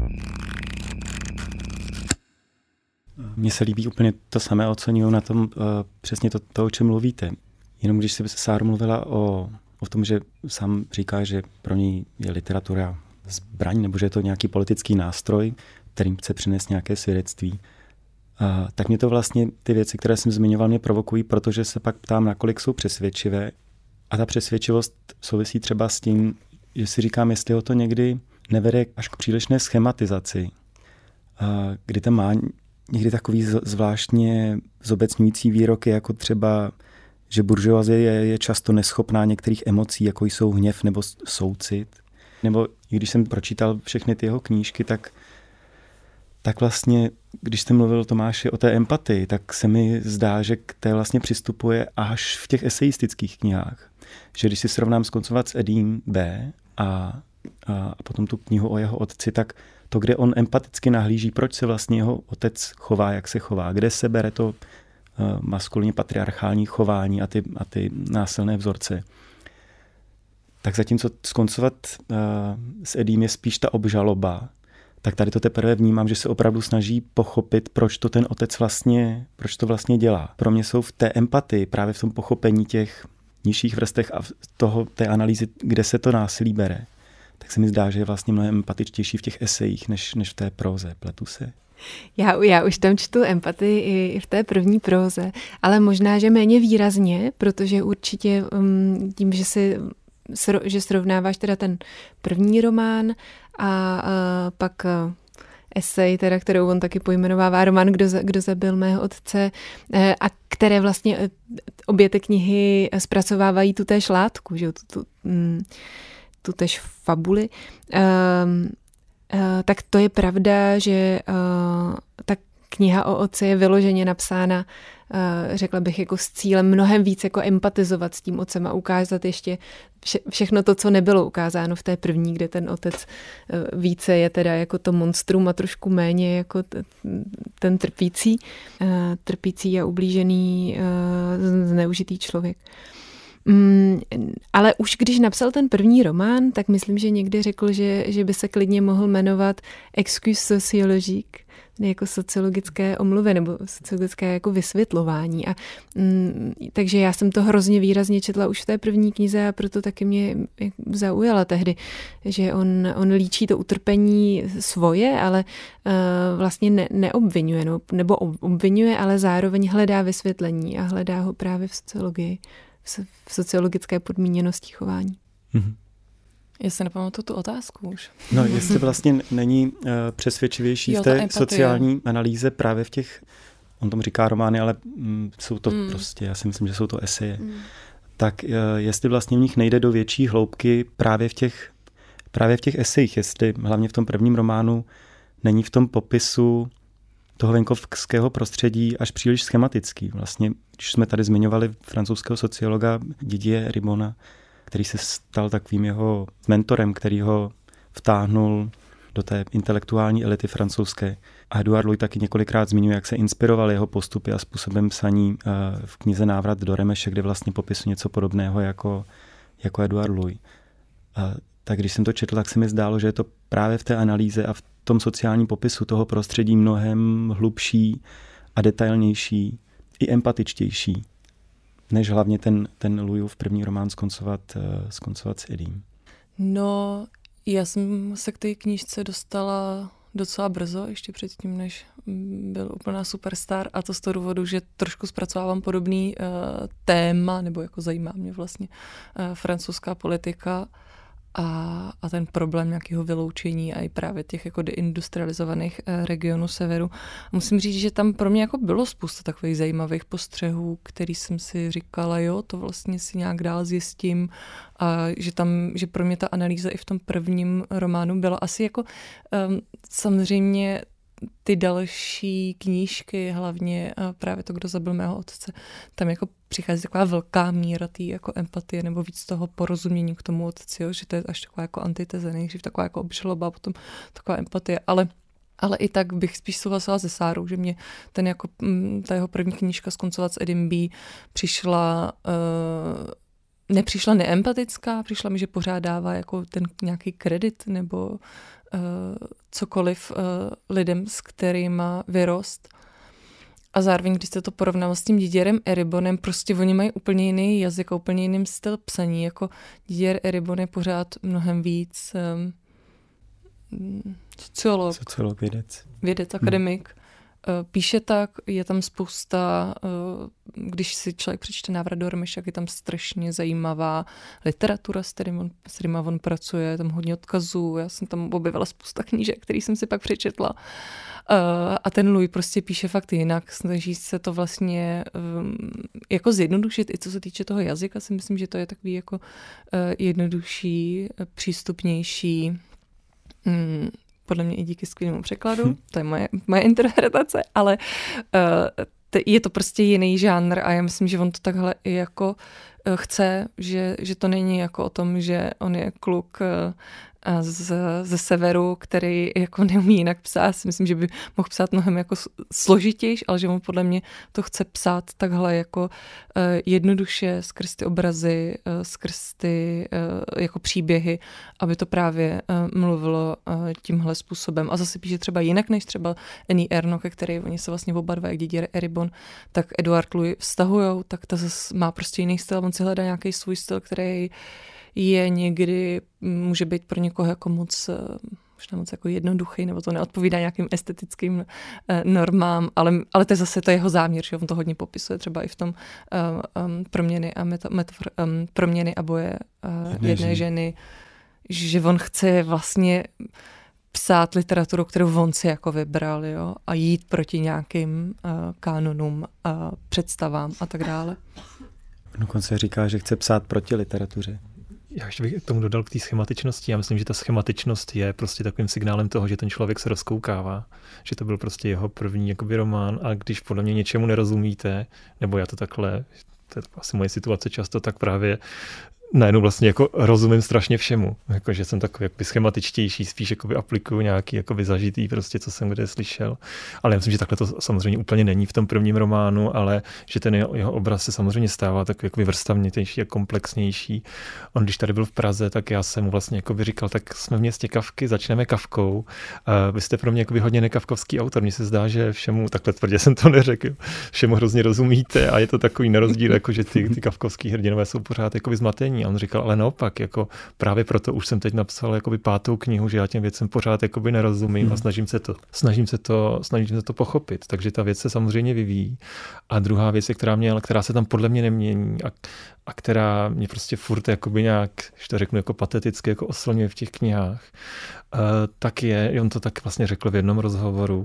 Speaker 2: Mně se líbí úplně to samé, oceňuji na tom uh, přesně to, to, o čem mluvíte. Jenom když si Sára mluvila o, o tom, že sám říká, že pro něj je literatura zbraň, nebo že je to nějaký politický nástroj, kterým chce přinést nějaké svědectví, uh, tak mě to vlastně ty věci, které jsem zmiňoval, mě provokují, protože se pak ptám, nakolik jsou přesvědčivé. A ta přesvědčivost souvisí třeba s tím, že si říkám, jestli ho to někdy nevede až k přílišné schematizaci, uh, kdy tam má někdy takový zvláštně zobecňující výroky, jako třeba, že buržoazie je, je často neschopná některých emocí, jako jsou hněv nebo soucit. Nebo i když jsem pročítal všechny ty jeho knížky, tak, tak vlastně, když jste mluvil, Tomáši, o té empatii, tak se mi zdá, že k té vlastně přistupuje až v těch esejistických knihách. Že když si srovnám Skoncovat s Eddiem B. a, a potom tu knihu o jeho otci, tak to, kde on empaticky nahlíží, proč se vlastně jeho otec chová, jak se chová, kde se bere to uh, maskulinně patriarchální chování a ty, a ty násilné vzorce. Tak zatímco Skoncovat uh, s Eddiem je spíš ta obžaloba, tak tady to teprve vnímám, že se opravdu snaží pochopit, proč to ten otec vlastně, proč to vlastně dělá. Pro mě jsou v té empatii, právě v tom pochopení těch nižších vrstech a v toho, té analýzy, kde se to násilí bere, tak se mi zdá, že je vlastně mnohem empatičtější v těch esejích, než, než v té próze. Pletu se?
Speaker 3: Já, já už tam čtu empatii i, i v té první próze, ale možná, že méně výrazně, protože určitě um, tím, že si sro, že srovnáváš teda ten první román a, a pak a, esej, teda, kterou on taky pojmenovává román Kdo, za, kdo zabil mého otce a které vlastně obě ty knihy zpracovávají tu též látku, že tu, tu, tu též fabuli. Um, uh, tak to je pravda, že uh, ta kniha o otci je vyloženě napsána, uh, řekla bych, jako s cílem mnohem víc jako empatizovat s tím otcem a ukázat ještě vše, všechno to, co nebylo ukázáno v té první, kde ten otec uh, více je teda jako to monstrum a trošku méně jako t- ten trpící, uh, trpící a ublížený, uh, zneužitý člověk. Mm, ale už když napsal ten první román, tak myslím, že někdy řekl, že, že by se klidně mohl jmenovat Excuse sociologique, jako sociologické omluvy nebo sociologické jako vysvětlování. A, mm, takže já jsem to hrozně výrazně četla už v té první knize a proto taky mě zaujala tehdy, že on, on líčí to utrpení svoje, ale uh, vlastně ne, neobvinuje, no, nebo obvinuje, ale zároveň hledá vysvětlení a hledá ho právě v sociologii, v sociologické podmíněnosti chování.
Speaker 2: Mm-hmm.
Speaker 5: Já se nepamatuju tu otázku už.
Speaker 2: No, jestli vlastně není uh, přesvědčivější
Speaker 5: jo,
Speaker 2: v té
Speaker 5: empatie.
Speaker 2: sociální analýze právě v těch, on tomu říká romány, ale mm, jsou to
Speaker 5: mm.
Speaker 2: prostě, já si myslím, že jsou to eseje.
Speaker 3: Mm.
Speaker 2: Tak uh, jestli vlastně v nich nejde do větší hloubky právě v těch, právě v těch esejích, jestli hlavně v tom prvním románu není v tom popisu toho venkovského prostředí až příliš schematický. Vlastně, když jsme tady zmiňovali francouzského sociologa Didier Ribona, který se stal takovým jeho mentorem, který ho vtáhnul do té intelektuální elity francouzské. A Edouard Louis taky několikrát zmiňuje, jak se inspiroval jeho postupy a způsobem psaní v knize Návrat do Remeše, kde vlastně popisuje něco podobného jako, jako Edouard Louis. A tak když jsem to četl, tak se mi zdálo, že je to právě v té analýze a v tom sociálním popisu toho prostředí mnohem hlubší a detailnější i empatičtější, než hlavně ten, ten Louisův první román Skoncovat, uh, skoncovat s Eddiem.
Speaker 5: No, já jsem se k té knížce dostala docela brzo, ještě předtím, než byl úplná superstar, a to z toho důvodu, že trošku zpracovávám podobný uh, téma, nebo jako zajímá mě vlastně uh, francouzská politika a, a ten problém nějakého vyloučení a i právě těch jako deindustrializovaných uh, regionů severu. Musím říct, že tam pro mě jako bylo spousta takových zajímavých postřehů, který jsem si říkala, jo, to vlastně si nějak dál zjistím, a že tam, že pro mě ta analýza i v tom prvním románu byla asi jako um, samozřejmě ty další knížky, hlavně právě to, Kdo zabil mého otce, tam jako přichází taková velká míra té jako empatie nebo víc toho porozumění k tomu otci, jo, že to je až taková jako antiteze, nejdřív taková jako obžaloba, potom taková empatie, ale Ale i tak bych spíš souhlasila se Sárou, že mě ten jako, ta jeho první knížka Skoncovat s Edim B. přišla, uh, nepřišla neempatická, přišla mi, že pořád dává jako ten nějaký kredit nebo uh, cokoliv uh, lidem, s kterýma vyrost. A zároveň, když jste to porovnala s tím Didierem Eribonem, prostě oni mají úplně jiný jazyk, úplně jiný styl psaní. Jako Didier Eribon je pořád mnohem víc um, sociolog,
Speaker 2: sociolog, vědec.
Speaker 5: Vědec, akademik. Hmm. Píše tak, je tam spousta, když si člověk přečte Návrat do Rmeša, je tam strašně zajímavá literatura, s kterým on, s kterým on pracuje, je tam hodně odkazů, já jsem tam objevila spousta knížek, který jsem si pak přečetla. A ten Louis prostě píše fakt jinak, snaží se to vlastně jako zjednodušit, i co se týče toho jazyka, si myslím, že to je takový jako jednodušší, přístupnější, Hmm, podle mě i díky skvělému překladu, hmm. to je moje, moje interpretace, ale uh, t- je to prostě jiný žánr a já myslím, že on to takhle i jako uh, chce, že, že to není jako o tom, že on je kluk uh, z, ze severu, který jako neumí jinak psát. Já si myslím, že by mohl psát mnohem jako složitější, ale že on podle mě to chce psát takhle jako uh, jednoduše skrz ty obrazy, uh, skrz ty uh, jako příběhy, aby to právě uh, mluvilo uh, tímhle způsobem. A zase píše třeba jinak než třeba Annie Ernaux, který oni se vlastně oba dva, jak Didier Eribon, tak Edouard Louis vztahujou, tak ta zase má prostě jiný styl. On si hledá nějaký svůj styl, který je někdy, může být pro někoho jako moc, možná moc jako jednoduchý, nebo to neodpovídá nějakým estetickým normám, ale, ale to je zase to jeho záměr, že on to hodně popisuje třeba i v tom um, um, proměny a meta, metafor, um, proměny a boje uh, jedné, jedné ženy. ženy, že on chce vlastně psát literaturu, kterou on si jako vybral, jo, a jít proti nějakým uh, kánonům, uh, představám a tak dále.
Speaker 2: Dokonce říká, že chce psát proti literatuře.
Speaker 4: Já ještě bych k tomu dodal k té schematičnosti. Já myslím, že ta schematičnost je prostě takovým signálem toho, že ten člověk se rozkoukává, že to byl prostě jeho první jakoby román a když podle mě něčemu nerozumíte, nebo já to takhle, to je asi moje situace často, tak právě najednou vlastně jako rozumím strašně všemu. Jako, že jsem takový jakoby schematičtější, spíš jakoby aplikuju nějaký jakoby zažitý prostě, co jsem kde slyšel. Ale já myslím, že takhle to samozřejmě úplně není v tom prvním románu, ale že ten jeho, jeho obraz se samozřejmě stává takový jakoby vrstavnější a komplexnější. On, když tady byl v Praze, tak já jsem mu vlastně jakoby říkal, tak jsme v městě Kafky, začneme Kafkou. Uh, vy jste pro mě jakoby hodně nekafkovský autor. Mně se zdá, že všemu, takhle tvrdě jsem to neřekl, všemu hrozně rozumíte a je to takový nerozdíl, jako že ty, ty kafkovský hrdinové jsou pořád jakoby zmatení. A on říkal, ale naopak, jako právě proto už jsem teď napsal jakoby pátou knihu, že já těm věcem pořád jakoby nerozumím hmm. a snažím se to, snažím se to, snažím se to pochopit. Takže ta věc se samozřejmě vyvíjí. A druhá věc, je, která, mě, která se tam podle mě nemění a, a která mě prostě furt jakoby nějak, že to řeknu jako pateticky, jako oslňuje v těch knihách, uh, tak je, on to tak vlastně řekl v jednom rozhovoru,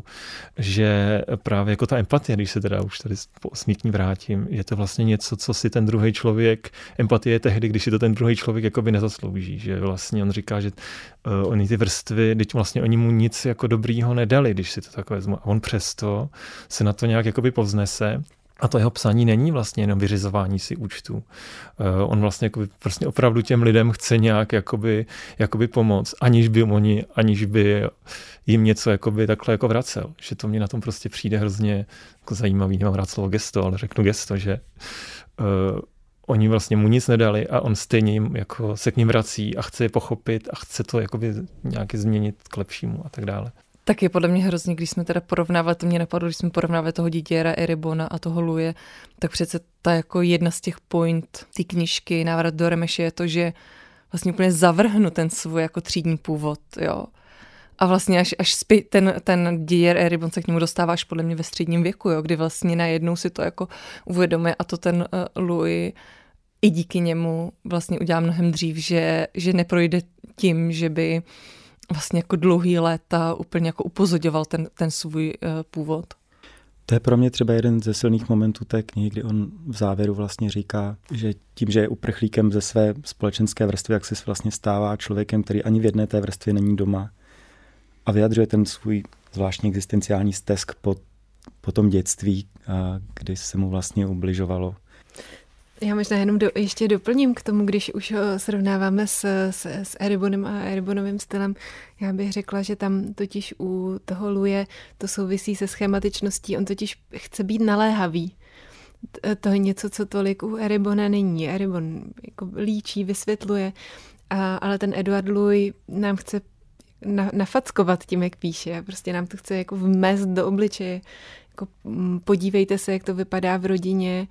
Speaker 4: že právě jako ta empatie, když se teda už tady po osmí vrátím, je to vlastně něco, co si ten druhý člověk, empatie je tehdy, když si to ten druhý člověk jakoby nezaslouží, že vlastně on říká, že uh, oni ty vrstvy, teď vlastně oni mu nic jako dobrýho nedali, když si to tak vezmu. A on přesto se na to nějak jakoby povznese. A to jeho psaní není vlastně jenom vyřizování si účtů. Uh, on vlastně jakoby, prostě opravdu těm lidem chce nějak jakoby, jakoby pomoct, aniž by oni, aniž by jim něco jakoby takhle jako vracel. Že to mě na tom prostě přijde hrozně jako zajímavý. Nemám rád slovo gesto, ale řeknu gesto, že uh, oni vlastně mu nic nedali a on stejně jim jako se k ním vrací a chce je pochopit a chce to jakoby nějaký změnit k lepšímu a tak dále.
Speaker 5: Tak je podle mě hrozně, když jsme teda porovnávali, to mě napadlo, když jsme porovnávali toho Didiera Eribona a toho Louise, tak přece ta jako jedna z těch point té knížky Návrat do Remeše je to, že vlastně úplně zavrhnu ten svůj jako třídní původ, jo. A vlastně až, až zpět ten, ten Didier Eribon se k němu dostává až podle mě ve středním věku, jo, kdy vlastně najednou si to jako uvědomuje a to ten uh, Louis i díky němu vlastně udělá mnohem dřív, že, že neprojde tím, že by vlastně jako dlouhý léta úplně jako upozoďoval ten, ten svůj uh, původ.
Speaker 2: To je pro mě třeba jeden ze silných momentů té knihy, kdy on v závěru vlastně říká, že tím, že je uprchlíkem ze své společenské vrstvy, jak se vlastně stává člověkem, který ani v jedné té vrstvě není doma a vyjadřuje ten svůj zvláštní existenciální stesk po, po tom dětství, kdy se mu vlastně ubližovalo.
Speaker 3: Já možná jenom do, ještě doplním k tomu, když už ho srovnáváme s, s, s Eribonem a Eribonovým stylem. Já bych řekla, že tam totiž u toho Louise to souvisí se schematičností. On totiž chce být naléhavý. To je něco, co tolik u Eribona není. Eribon jako líčí, vysvětluje, a, ale ten Edouard Louis nám chce na, nafackovat tím, jak píše. Prostě nám to chce jako vmést do obličeje. Jako, podívejte se, jak to vypadá v rodině,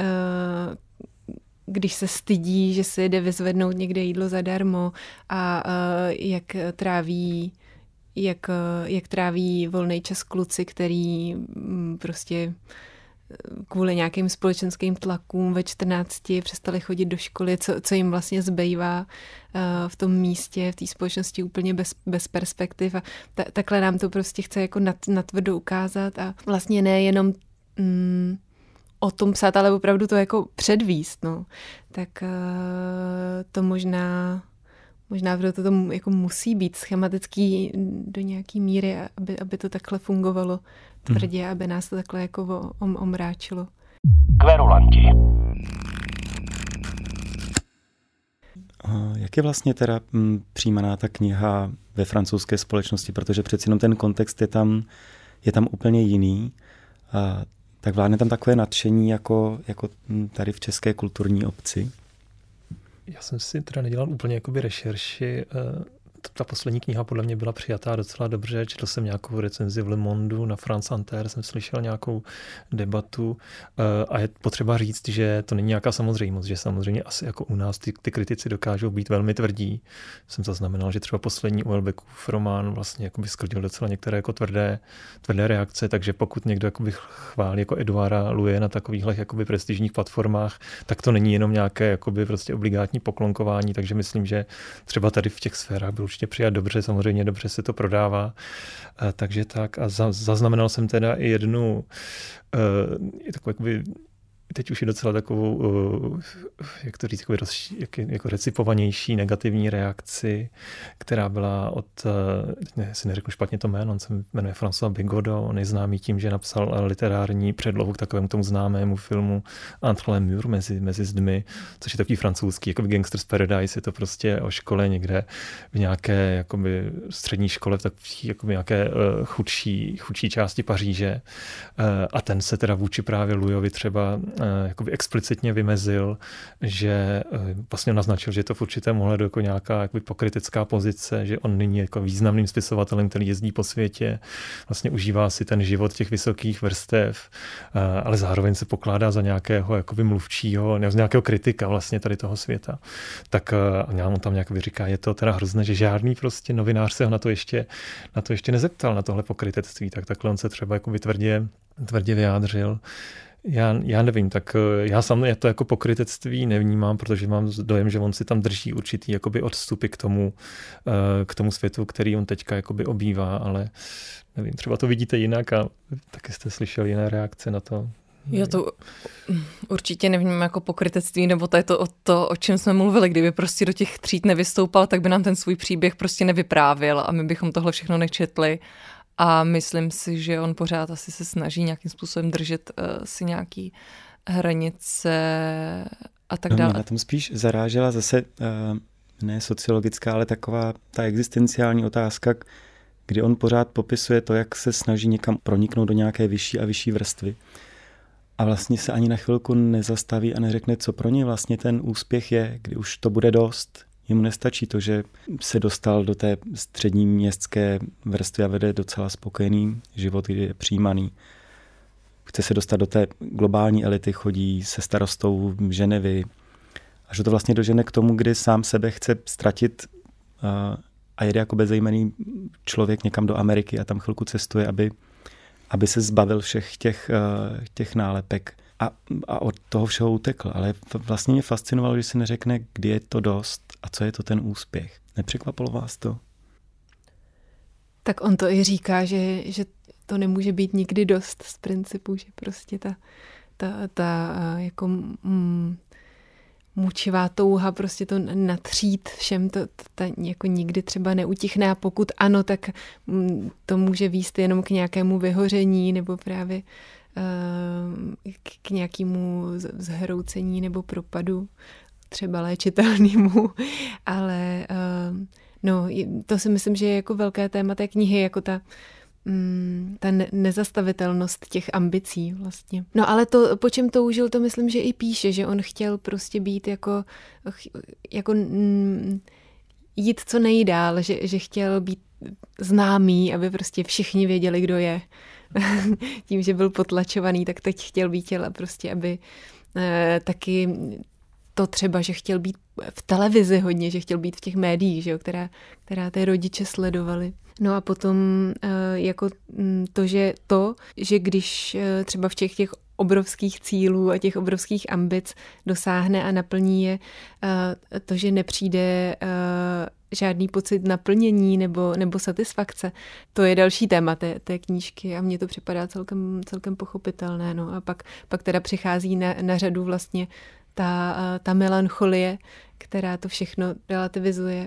Speaker 3: když se stydí, že se jde vyzvednout někde jídlo zadarmo a jak tráví, jak, jak tráví volný čas kluci, který prostě kvůli nějakým společenským tlakům ve čtrnácti přestali chodit do školy, co, co jim vlastně zbývá v tom místě, v té společnosti úplně bez, bez perspektiv. A ta, takhle nám to prostě chce jako nat, natvrdo ukázat a vlastně nejenom mm, o tom psát, ale opravdu to jako předvíst. No. Tak uh, to možná Možná proto to jako musí být schematický do nějaký míry, aby, aby to takhle fungovalo tvrdě, hmm. aby nás to takhle jako om, omráčilo.
Speaker 1: Kverulanti.
Speaker 2: Jak je vlastně teda m, přijímaná ta kniha ve francouzské společnosti, protože přeci jenom ten kontext je tam, je tam úplně jiný. A tak vládne tam takové nadšení jako, jako tady v české kulturní obci?
Speaker 4: Já jsem si teda nedělal úplně jakoby rešerši. Ta poslední kniha podle mě byla přijatá docela dobře. Četl jsem nějakou recenzi v Le Monde, na France Inter jsem slyšel nějakou debatu a je potřeba říct, že to není nějaká samozřejmost, že samozřejmě asi jako u nás ty, ty kritici dokážou být velmi tvrdí. Jsem zaznamenal, že třeba poslední Houellebecův román vlastně jakoby sklidil docela některé jako tvrdé, tvrdé reakce, takže pokud někdo jakoby chválí jako Edouarda Louise na takovýchhle jakoby prestižních platformách, tak to není jenom nějaké jakoby prostě obligátní poklonkování, takže myslím, že třeba tady v těch sférách byl určitě přijat dobře, samozřejmě dobře se to prodává. A, takže tak. A za, zaznamenal jsem teda i jednu uh, takovou jakoby, teď už je docela takovou, uh, jak to říct, roz, jak, jako recipovanější negativní reakci, která byla od, uh, ne, si neřeknu špatně to jméno, on se jmenuje François Bigodeau, on je známý tím, že napsal literární předlohu k takovému tomu známému filmu Entre les murs, mezi, mezi zdmi, což je takový francouzský, jako Gangster's Paradise, je to prostě o škole někde v nějaké jakoby, střední škole, v takové jakoby, nějaké uh, chudší, chudší části Paříže. Uh, a ten se teda vůči právě Louisovi třeba jakoby explicitně vymezil, že vlastně naznačil, že je to v určitém ohledu jako nějaká jakoby pokrytecká pozice, že on není jako významným spisovatelem, který jezdí po světě, vlastně užívá si ten život těch vysokých vrstev, ale zároveň se pokládá za nějakého jakoby mluvčího, nebo nějakého kritika vlastně tady toho světa. Tak on tam nějak říká, je to teda hrozné, že žádný prostě novinář se ho na to ještě, na to ještě nezeptal, na tohle pokrytectví, tak takhle on se třeba jakoby tvrdě, tvrdě vyjádřil. Já, já nevím, tak já sám to jako pokrytectví nevnímám, protože mám dojem, že on si tam drží určitý jakoby odstupy k tomu, k tomu světu, který on teďka jakoby obývá, ale nevím, třeba to vidíte jinak a taky jste slyšeli jiné reakce na to.
Speaker 5: Já to určitě nevnímám jako pokrytectví, nebo to je to o, to, o čem jsme mluvili. Kdyby prostě do těch tříd nevystoupal, tak by nám ten svůj příběh prostě nevyprávěl a my bychom tohle všechno nečetli. A myslím si, že on pořád asi se snaží nějakým způsobem držet uh, si nějaký hranice a tak dále.
Speaker 2: No, na tom spíš zarážela zase uh, ne sociologická, ale taková ta existenciální otázka, kdy on pořád popisuje to, jak se snaží někam proniknout do nějaké vyšší a vyšší vrstvy. A vlastně se ani na chvilku nezastaví a neřekne, co pro něj vlastně ten úspěch je, kdy už to bude dost. Jemu nestačí to, že se dostal do té střední městské vrstvy a vede docela spokojený život, kdy je přijímaný. Chce se dostat do té globální elity, chodí se starostou Ženevy. Až to vlastně dožene k tomu, kdy sám sebe chce ztratit a jede jako bezejmenný člověk někam do Ameriky a tam chvilku cestuje, aby, aby se zbavil všech těch, těch nálepek. A, a od toho všeho utekl. Ale vlastně mě fascinovalo, že si neřekne, kdy je to dost a co je to ten úspěch. Nepřekvapilo vás to?
Speaker 3: Tak on to i říká, že, že to nemůže být nikdy dost z principu, že prostě ta, ta, ta jako mm, mučivá touha prostě to natřít všem, to, to, to jako nikdy třeba neutichne a pokud ano, tak to může vést jenom k nějakému vyhoření nebo právě uh, k, k nějakému zhroucení nebo propadu, třeba léčitelnému, ale uh, no, to si myslím, že je jako velké téma té knihy, jako ta ta nezastavitelnost těch ambicí vlastně. No ale to, po čem toužil, to myslím, že i píše, že on chtěl prostě být jako, jako jít co nejdál, že, že chtěl být známý, aby prostě všichni věděli, kdo je. Tím, že byl potlačovaný, tak teď chtěl být těla prostě, aby eh, taky to třeba, že chtěl být v televizi hodně, že chtěl být v těch médiích, že jo, která, která ty rodiče sledovali. No a potom jako to, že to, že když třeba v těch, těch obrovských cílů a těch obrovských ambic dosáhne a naplní je, to, že nepřijde žádný pocit naplnění nebo, nebo satisfakce, to je další téma té, té knížky a mně to připadá celkem, celkem pochopitelné. No a pak, pak teda přichází na, na řadu vlastně ta, ta melancholie, která to všechno relativizuje.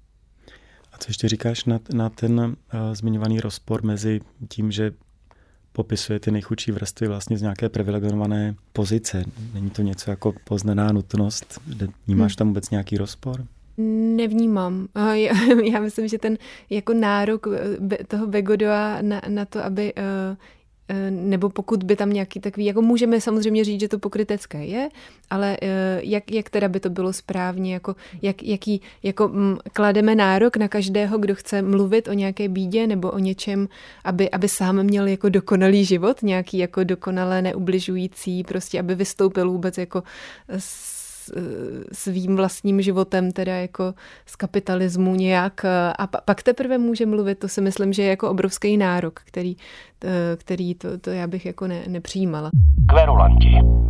Speaker 2: A co ještě říkáš na, na ten uh, zmiňovaný rozpor mezi tím, že popisuje ty nejchudší vrstvy vlastně z nějaké privilegované pozice? Není to něco jako poznaná nutnost? Vnímáš hmm. tam vůbec nějaký rozpor?
Speaker 3: Nevnímám. Já, já myslím, že ten jako nárok toho Begodoa na, na to, aby uh, nebo pokud by tam nějaký takový, jako můžeme samozřejmě říct, že to pokrytecké je, ale jak, jak teda by to bylo správně, jako, jak, jaký, jako m, klademe nárok na každého, kdo chce mluvit o nějaké bídě nebo o něčem, aby, aby sám měl jako dokonalý život, nějaký jako dokonale neubližující, prostě aby vystoupil vůbec jako s, svým vlastním životem, teda jako z kapitalismu nějak a pak teprve může mluvit, to si myslím, že je jako obrovský nárok, který, který to, to já bych jako ne, nepřijímala.
Speaker 6: Kverulanti.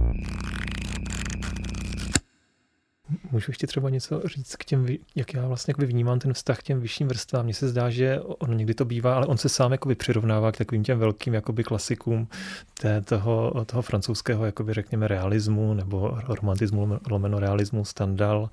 Speaker 4: Můžu ještě třeba něco říct k těm, jak já vlastně vnímám ten vztah k těm vyšším vrstvám. Mně se zdá, že on někdy to bývá, ale on se sám jakoby přirovnává k takovým těm velkým jakoby klasikům té, toho, toho francouzského, jakoby řekněme, realismu nebo romantismu, lomeno realismu, Stendhal,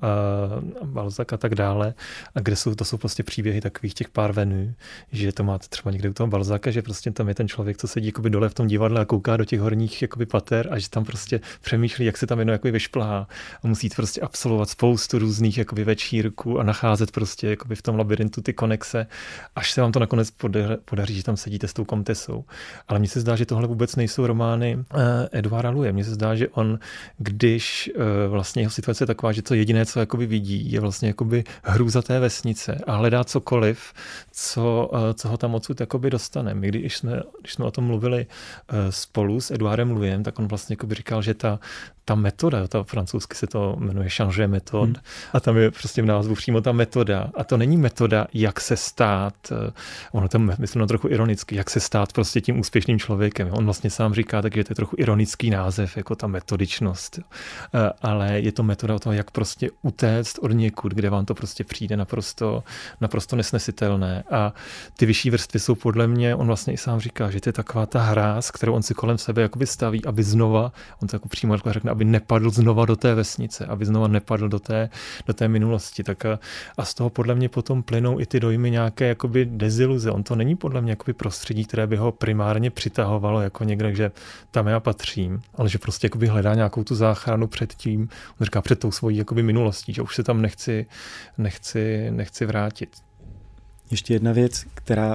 Speaker 4: uh, Balzac a tak dále. A kde jsou, to jsou prostě příběhy takových těch parvenů, že to máte třeba někde u toho Balzaca, že prostě tam je ten člověk, co sedí jakoby dole v tom divadle a kouká do těch horních jakoby pater a že tam prostě přemýšlí, jak se tam jedno jakoby vyšplhá a musí prostě absolvovat spoustu různých jakoby večírků a nacházet prostě jakoby v tom labirintu ty konexe, až se vám to nakonec podaří, že tam sedíte s tou komtesou. Ale mně se zdá, že tohle vůbec nejsou romány uh, Eduarda Louise. Mně se zdá, že on, když uh, vlastně jeho situace je taková, že to jediné, co jakoby vidí, je vlastně jakoby hrůza té vesnice a hledá cokoliv, co, uh, co ho tam odsud jakoby dostane. My, když jsme, když jsme o tom mluvili uh, spolu s Eduardem Louisem, tak on vlastně jakoby říkal, že ta, ta metoda, ta francouzsky se to jmenuje changer metod hmm. a tam je prostě v názvu přímo ta metoda a to není metoda, jak se stát, ono to myslím trochu ironicky, jak se stát prostě tím úspěšným člověkem. On vlastně sám říká, takže to je trochu ironický název, jako ta metodičnost, ale je to metoda o toho, jak prostě utéct od někud, kde vám to prostě přijde naprosto, naprosto nesnesitelné a ty vyšší vrstvy jsou podle mě, on vlastně i sám říká, že to je taková ta hráz, kterou on si kolem sebe jakoby staví, aby znova, on to jako přímo řekne, aby nepadl znova do té vesnice, aby znova nepadl do té, do té minulosti. Tak a, a z toho podle mě potom plynou i ty dojmy nějaké jakoby deziluze. On to není podle mě jakoby prostředí, které by ho primárně přitahovalo jako někde, že tam já patřím, ale že prostě jakoby hledá nějakou tu záchranu před tím, on říká před tou svojí jakoby minulostí, že už se tam nechci, nechci, nechci vrátit.
Speaker 2: Ještě jedna věc, která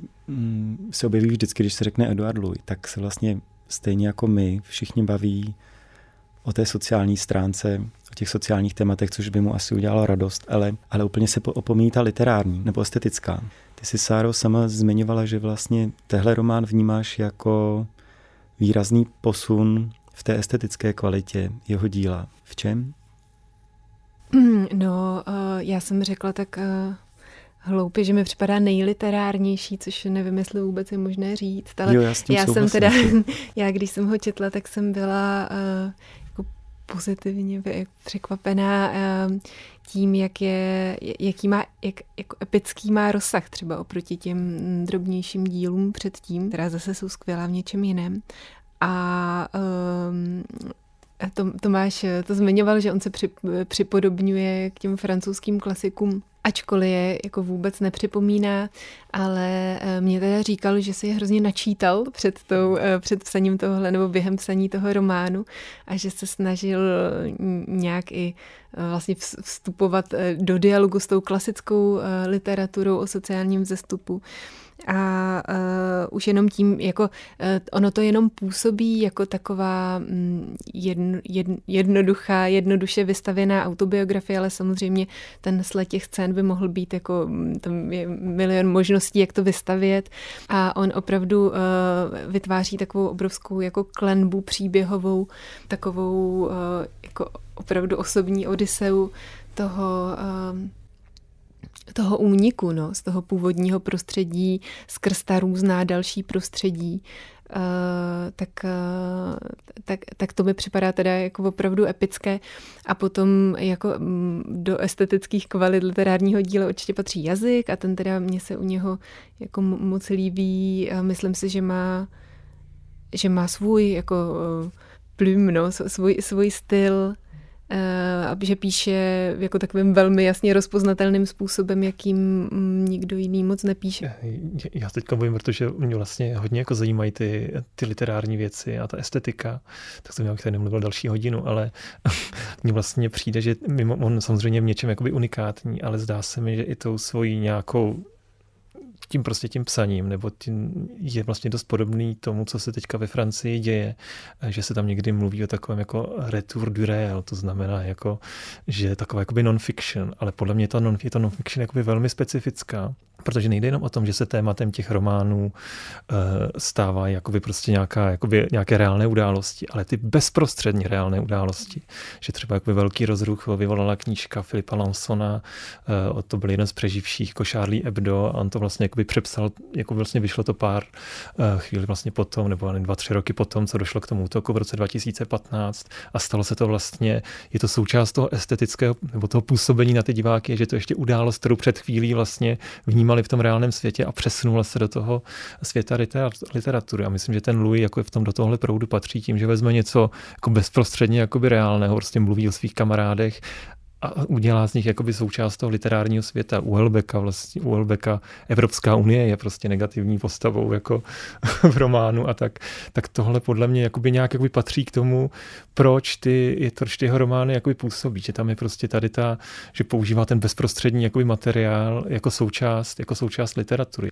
Speaker 2: mm, se objeví vždycky, když se řekne Eduard Louis, tak se vlastně stejně jako my všichni baví o té sociální stránce, o těch sociálních tématech, což by mu asi udělalo radost, ale, ale úplně se opomíjí ta literární nebo estetická. Ty jsi, Sáro, sama zmiňovala, že vlastně tehle román vnímáš jako výrazný posun v té estetické kvalitě jeho díla. V čem?
Speaker 3: No, uh, já jsem řekla tak uh, hloupě, že mi připadá nejliterárnější, což nevím, jestli vůbec je možné říct, ale
Speaker 2: jo, já,
Speaker 3: já jsem teda, já když jsem ho četla, tak jsem byla uh, jako pozitivně překvapená uh, tím, jak je, jaký má, jak, jako epický má rozsah třeba oproti těm drobnějším dílům předtím, která zase jsou skvělá v něčem jiném. A um, To, Tomáš to zmiňoval, že on se při, připodobňuje k těm francouzským klasikům, ačkoliv je jako vůbec nepřipomíná, ale mě teda říkal, že si je hrozně načítal před, tou, před psaním tohohle nebo během psaní toho románu a že se snažil nějak i vlastně vstupovat do dialogu s tou klasickou literaturou o sociálním vzestupu. A uh, už jenom tím, jako uh, ono to jenom působí jako taková um, jedno, jedno, jednoduchá, jednoduše vystavěná autobiografie, ale samozřejmě ten sled těch scén by mohl být jako, tam je milion možností, jak to vystavět a on opravdu uh, vytváří takovou obrovskou jako klenbu příběhovou, takovou uh, jako opravdu osobní odyseu toho uh, toho úniku, no, z toho původního prostředí, skrz ta různá další prostředí, uh, tak, uh, tak, tak to mi připadá teda jako opravdu epické. A potom jako do estetických kvalit literárního díla určitě patří jazyk a ten teda mě se u něho jako moc líbí. Myslím si, že má, že má svůj jako uh, plum, no, svůj, svůj styl, Uh, že píše jako takovým velmi jasně rozpoznatelným způsobem, jakým nikdo jiný moc nepíše.
Speaker 4: Já teďka bojím, protože mě vlastně hodně jako zajímají ty, ty literární věci a ta estetika, tak jsem já bych tady nemluvil další hodinu, ale mně vlastně přijde, že mimo, on samozřejmě v něčem jakoby unikátní, ale zdá se mi, že i tou svojí nějakou tím prostě tím psaním, nebo tím je vlastně dost podobný tomu, co se teďka ve Francii děje, že se tam někdy mluví o takovém jako retour du réel, to znamená jako, že taková jakoby non-fiction, ale podle mě to non, je to non-fiction jakoby velmi specifická, protože nejde jenom o tom, že se tématem těch románů uh, stává jakoby prostě nějaká, jakoby nějaké reálné události, ale ty bezprostředně reálné události, že třeba jakoby velký rozruch vyvolala knížka Filipa Lansona, uh, to byl jeden z přeživších jako Charlie Hebdo a on to vlastně jakoby přepsal, jako vlastně vyšlo to pár uh, chvíli vlastně potom, nebo dva, tři roky potom, co došlo k tomu útoku v roce dva tisíce patnáct a stalo se to vlastně, je to součást toho estetického, nebo toho působení na ty diváky, že to ještě událost, kterou před chvílí vlastně vnímali v tom reálném světě a přesunula se do toho světa literatury. A myslím, že ten Louis jako v tom do tohohle proudu patří tím, že vezme něco jako bezprostředně jakoby reálného, prostě mluví o svých kamarádech a udělá z nich jakoby součást toho literárního světa. U Houellebecqa vlastně, u Houellebecqa Evropská unie je prostě negativní postavou jako v románu a tak, tak tohle podle mě jakoby nějak jakoby patří k tomu, proč ty, je to, ty jeho romány jakoby působí, že tam je prostě tady ta, že používá ten bezprostřední jakoby materiál jako součást, jako součást literatury.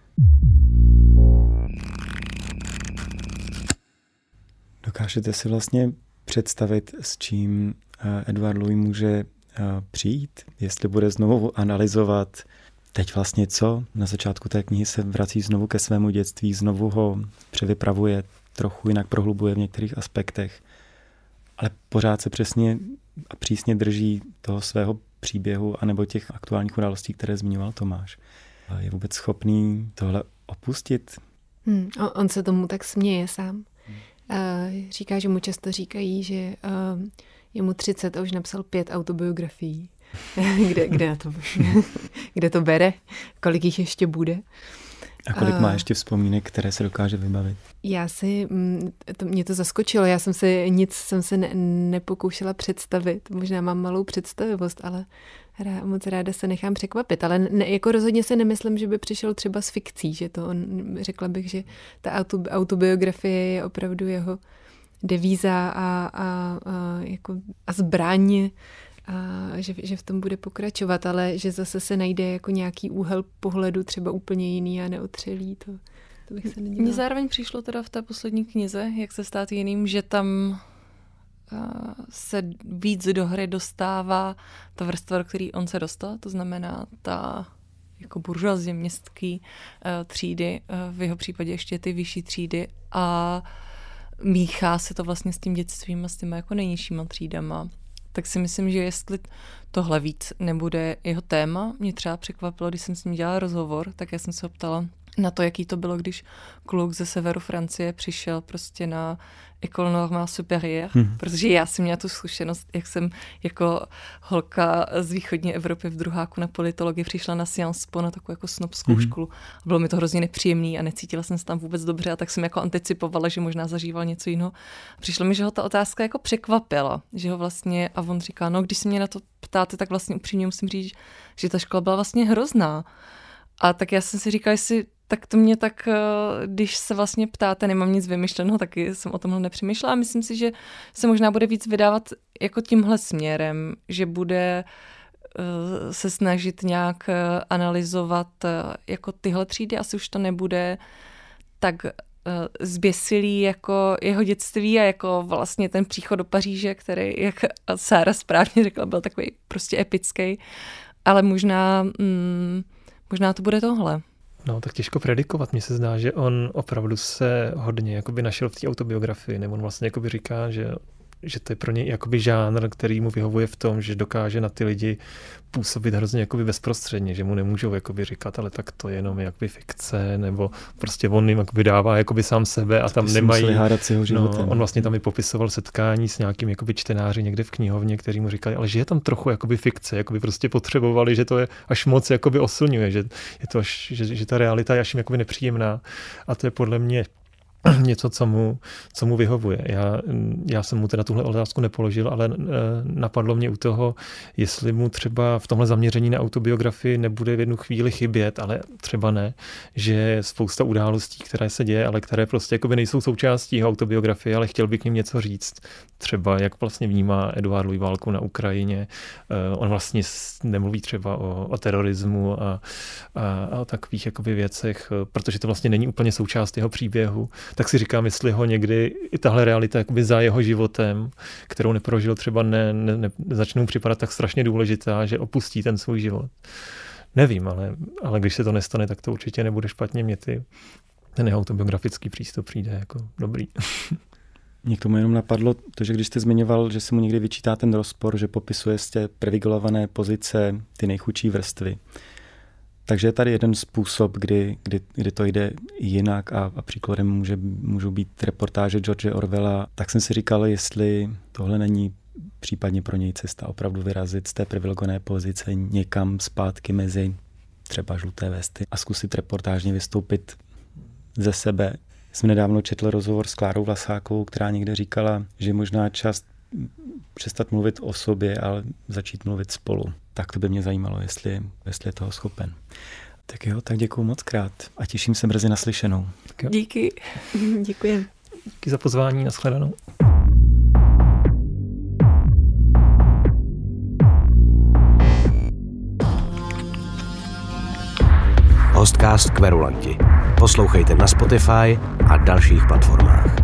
Speaker 2: Dokážete si vlastně představit, s čím Edouard Louis může přijít, jestli bude znovu analyzovat teď vlastně co? Na začátku té knihy se vrací znovu ke svému dětství, znovu ho převypravuje, trochu jinak prohlubuje v některých aspektech, ale pořád se přesně a přísně drží toho svého příběhu anebo těch aktuálních událostí, které zmiňoval Tomáš. Je vůbec schopný tohle opustit?
Speaker 3: Hmm, on se tomu tak směje sám. Hmm. Uh, říká, že mu často říkají, že uh, je mu třicet a už napsal pět autobiografií. kde, kde, to, kde to bere? Kolik jich ještě bude?
Speaker 2: A kolik má ještě vzpomínek, které se dokáže vybavit?
Speaker 3: Já si, to, mě to zaskočilo, já jsem si nic jsem se ne, nepokoušela představit, možná mám malou představivost, ale rá, moc ráda se nechám překvapit, ale ne, jako rozhodně si nemyslím, že by přišel třeba s fikcí, že to on, řekla bych, že ta auto, autobiografie je opravdu jeho devíza a, a, a, jako, a zbraň, a že, že v tom bude pokračovat, ale že zase se najde jako nějaký úhel pohledu třeba úplně jiný a neotřelý, to, to bych se nedívala.
Speaker 5: Mně zároveň přišlo teda v té poslední knize, jak se stát jiným, že tam se víc do hry dostává ta vrstva, do který on se dostal, to znamená ta jako buržoazie městský třídy, v jeho případě ještě ty vyšší třídy a míchá se to vlastně s tím dětstvím a s těma jako nejnižšíma třídama. Tak si myslím, že jestli tohle víc nebude jeho téma, mě třeba překvapilo, když jsem s ním dělala rozhovor, tak já jsem se ho ptala, na to, jaký to bylo, když kluk ze severu Francie přišel prostě na École Normale Supérieure, hmm. protože já jsem měla tu zkušenost, jak jsem jako holka z východní Evropy v druháku na politologii přišla na Sciences Po, na takovou jako snobskou hmm. školu. Bylo mi to hrozně nepříjemný a necítila jsem se tam vůbec dobře a tak jsem jako anticipovala, že možná zažíval něco jiného. Přišlo mi, že ho ta otázka jako překvapila, že ho vlastně, a on říká, no když se mě na to ptáte, tak vlastně upřímně musím říct, že ta škola byla vlastně hrozná. A tak já jsem si říkala, jestli tak to mě tak, když se vlastně ptáte, nemám nic vymyšleného, taky jsem o tomhle nepřemýšlela a myslím si, že se možná bude víc vydávat jako tímhle směrem, že bude se snažit nějak analyzovat jako tyhle třídy, asi už to nebude tak zběsilý jako jeho dětství a jako vlastně ten příchod do Paříže, který, jak Sára správně řekla, byl takový prostě epický, ale možná, mm, možná to bude tohle.
Speaker 4: No, tak těžko predikovat. Mně se zdá, že on opravdu se hodně jakoby našel v té autobiografii, nebo on vlastně jakoby říká, že že to je pro něj jakoby žánr, který mu vyhovuje v tom, že dokáže na ty lidi působit hrozně jakoby bezprostředně, že mu nemůžou jakoby říkat, ale tak to je jenom jakoby fikce, nebo prostě on jim jakoby dává jakoby sám sebe a tam
Speaker 2: Ty
Speaker 4: nemají...
Speaker 2: hádat s jeho životem.
Speaker 4: No, on vlastně tam i popisoval setkání s nějakým jakoby čtenáři někde v knihovně, kteří mu říkali, ale že je tam trochu jakoby fikce, jakoby prostě potřebovali, že to je až moc jakoby oslňuje, že je to až, že, že ta realita je až jim jakoby nepříjemná a to je podle mě něco, co mu, co mu vyhovuje. Já, já jsem mu teda tuhle otázku nepoložil, ale napadlo mě u toho, jestli mu třeba v tomhle zaměření na autobiografii nebude v jednu chvíli chybět, ale třeba ne, že spousta událostí, které se děje, ale které prostě jakoby nejsou součástí jeho autobiografie, ale chtěl by k ním něco říct. Třeba jak vlastně vnímá Édouard Louis válku na Ukrajině. On vlastně nemluví třeba o, o terorismu a, a, a o takových jakoby věcech, protože to vlastně není úplně součást jeho příběhu. Tak si říkám, jestli ho někdy i tahle realita jakoby za jeho životem, kterou neprožil, třeba ne, ne, ne, začnou připadat tak strašně důležitá, že opustí ten svůj život. Nevím, ale, ale když se to nestane, tak to určitě nebude špatně. Mě ty, ten jeho autobiografický přístup přijde jako dobrý.
Speaker 2: Mě k tomu jenom napadlo to, že když jste zmiňoval, že se mu někdy vyčítá ten rozpor, že popisuje z té privilegované pozice ty nejchudší vrstvy. Takže je tady jeden způsob, kdy, kdy, kdy to jde jinak a, a příkladem může, můžou být reportáže George Orwella. Tak jsem si říkal, jestli tohle není případně pro něj cesta opravdu vyrazit z té privilegované pozice někam zpátky mezi třeba žluté vesty a zkusit reportážně vystoupit ze sebe. Jsem nedávno četl rozhovor s Klárou Vlasákovou, která někde říkala, že možná čas přestat mluvit o sobě, ale začít mluvit spolu. Tak to by mě zajímalo, jestli, jestli je toho schopen. Tak jo, tak děkuju moc krát a těším se brzy naslyšenou.
Speaker 3: Díky. Děkuji.
Speaker 4: Díky za pozvání, nashledanou.
Speaker 1: Hostcast Kverulanti. Poslouchejte na Spotify a dalších platformách.